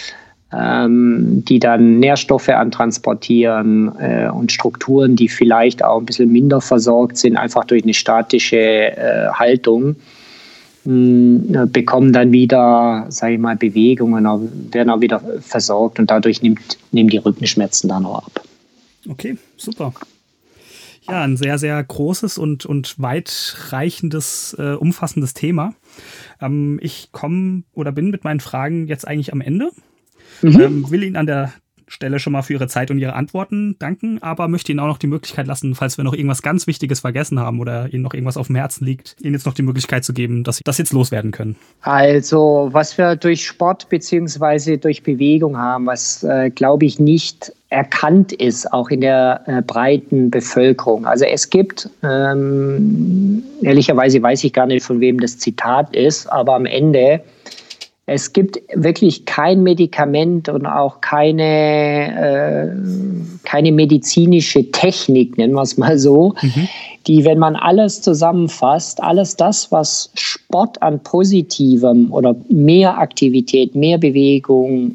die dann Nährstoffe antransportieren und Strukturen, die vielleicht auch ein bisschen minder versorgt sind, einfach durch eine statische Haltung, bekommen dann wieder, sage ich mal, Bewegungen, werden auch wieder versorgt und dadurch nehmen die Rückenschmerzen dann auch ab. Okay, super. Ja, ein sehr, sehr großes und weitreichendes, umfassendes Thema. Ich bin mit meinen Fragen jetzt eigentlich am Ende. Will Ihnen an der Stelle schon mal für Ihre Zeit und Ihre Antworten danken, aber möchte Ihnen auch noch die Möglichkeit lassen, falls wir noch irgendwas ganz Wichtiges vergessen haben oder Ihnen noch irgendwas auf dem Herzen liegt, Ihnen jetzt noch die Möglichkeit zu geben, dass Sie das jetzt loswerden können. Also, was wir durch Sport bzw. durch Bewegung haben, was, glaube ich, nicht erkannt ist, auch in der breiten Bevölkerung. Also es gibt, ehrlicherweise weiß ich gar nicht, von wem das Zitat ist, aber am Ende, es gibt wirklich kein Medikament und auch keine medizinische Technik, nennen wir es mal so, die, wenn man alles zusammenfasst, alles das, was Sport an Positivem oder mehr Aktivität, mehr Bewegung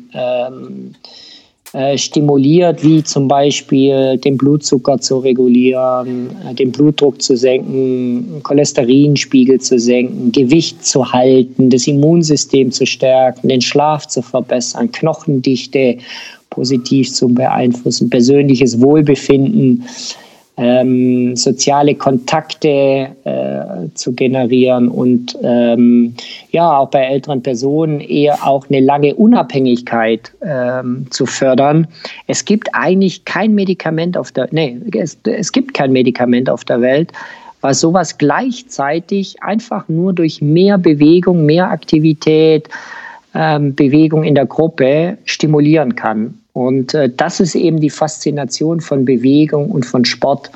stimuliert, wie zum Beispiel den Blutzucker zu regulieren, den Blutdruck zu senken, Cholesterinspiegel zu senken, Gewicht zu halten, das Immunsystem zu stärken, den Schlaf zu verbessern, Knochendichte positiv zu beeinflussen, persönliches Wohlbefinden, soziale Kontakte zu generieren und auch bei älteren Personen eher auch eine lange Unabhängigkeit zu fördern. Es gibt eigentlich kein Medikament es gibt kein Medikament auf der Welt, was sowas gleichzeitig einfach nur durch mehr Bewegung, mehr Aktivität, Bewegung in der Gruppe stimulieren kann. Und das ist eben die Faszination von Bewegung und von Sport.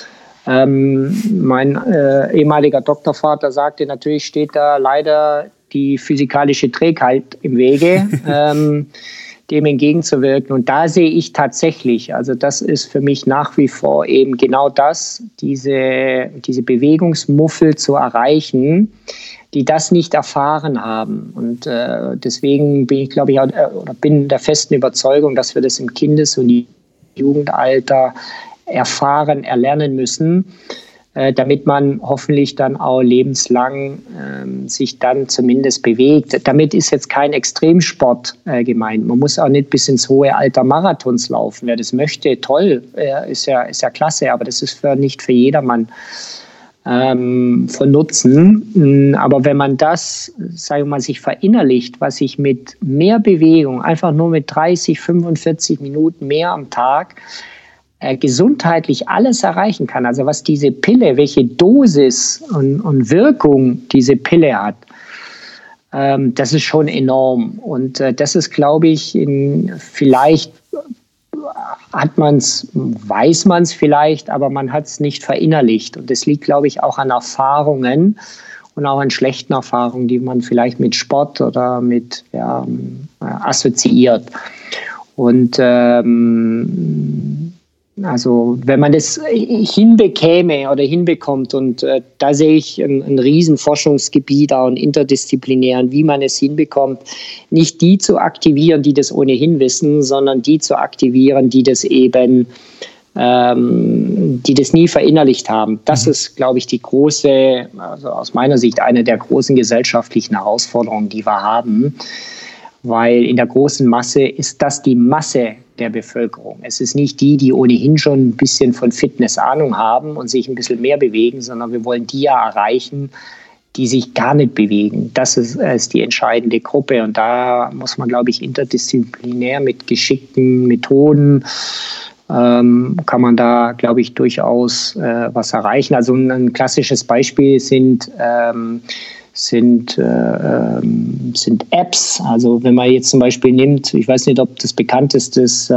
Mein ehemaliger Doktorvater sagte, natürlich steht da leider die physikalische Trägheit im Wege, dem entgegenzuwirken. Und da sehe ich tatsächlich, also das ist für mich nach wie vor eben genau das, diese Bewegungsmuffel zu erreichen, die das nicht erfahren haben. Und deswegen bin ich, glaube ich, bin der festen Überzeugung, dass wir das im Kindes- und Jugendalter erlernen müssen, damit man hoffentlich dann auch lebenslang sich dann zumindest bewegt. Damit ist jetzt kein Extremsport gemeint. Man muss auch nicht bis ins hohe Alter Marathons laufen. Wer das möchte, toll, ist ja klasse, aber das ist nicht für jedermann von Nutzen. Aber wenn man das, sagen wir mal, sich verinnerlicht, was ich mit mehr Bewegung, einfach nur mit 30, 45 Minuten mehr am Tag, gesundheitlich alles erreichen kann, also was diese Pille, welche Dosis und Wirkung diese Pille hat, das ist schon enorm. Und das ist, glaube ich, vielleicht weiß man es vielleicht, aber man hat es nicht verinnerlicht. Und das liegt, glaube ich, auch an Erfahrungen und auch an schlechten Erfahrungen, die man vielleicht mit Sport oder mit assoziiert. Und also wenn man das hinbekommt und da sehe ich ein riesen Forschungsgebiet auch ein interdisziplinären, wie man es hinbekommt, nicht die zu aktivieren, die das ohnehin wissen, sondern die zu aktivieren, die das eben die das nie verinnerlicht haben. Das ist, glaube ich, die große, also aus meiner Sicht eine der großen gesellschaftlichen Herausforderungen, die wir haben. Weil in der großen Masse ist das die Masse der Bevölkerung. Es ist nicht die ohnehin schon ein bisschen von Fitness Ahnung haben und sich ein bisschen mehr bewegen, sondern wir wollen die ja erreichen, die sich gar nicht bewegen. Das ist die entscheidende Gruppe und da muss man, glaube ich, interdisziplinär mit geschickten Methoden kann man da, glaube ich, durchaus was erreichen. Also ein klassisches Beispiel sind Apps. Also wenn man jetzt zum Beispiel nimmt, ich weiß nicht, ob das bekannt ist, das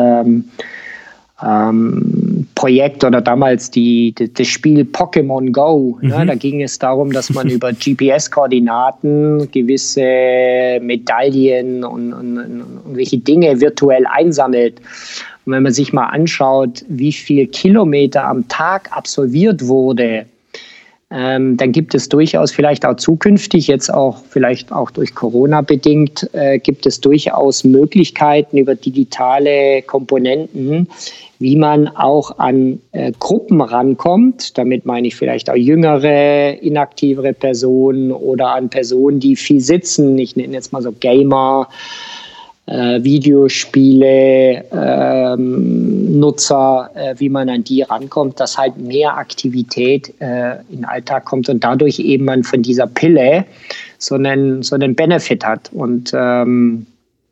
Projekt oder damals das Spiel Pokémon Go. Ne? Da ging es darum, dass man über GPS-Koordinaten gewisse Medaillen und welche Dinge virtuell einsammelt. Und wenn man sich mal anschaut, wie viel Kilometer am Tag absolviert wurde, dann gibt es durchaus vielleicht auch zukünftig, jetzt auch vielleicht auch durch Corona bedingt, gibt es durchaus Möglichkeiten über digitale Komponenten, wie man auch an Gruppen rankommt. Damit meine ich vielleicht auch jüngere, inaktivere Personen oder an Personen, die viel sitzen. Ich nenne jetzt mal so Gamer, Videospiele, Nutzer, wie man an die rankommt, dass halt mehr Aktivität in den Alltag kommt und dadurch eben man von dieser Pille so einen Benefit hat. Und wenn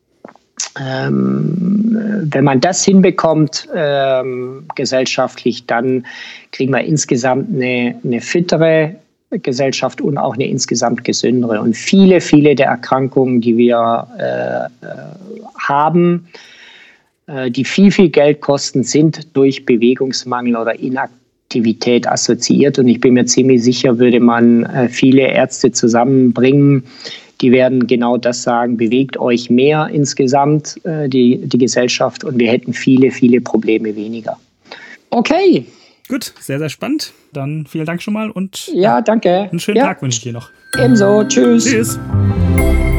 man das hinbekommt gesellschaftlich, dann kriegen wir insgesamt eine fittere Gesellschaft und auch eine insgesamt gesündere. Und viele der Erkrankungen, die wir haben, die viel Geld kosten, sind durch Bewegungsmangel oder Inaktivität assoziiert. Und ich bin mir ziemlich sicher, würde man viele Ärzte zusammenbringen, die werden genau das sagen: Bewegt euch mehr insgesamt, die Gesellschaft, und wir hätten viele Probleme weniger. Okay. Gut, sehr spannend. Dann vielen Dank schon mal und ja, danke. Einen schönen Tag wünsche ich dir noch. Ebenso. Tschüss. Tschüss.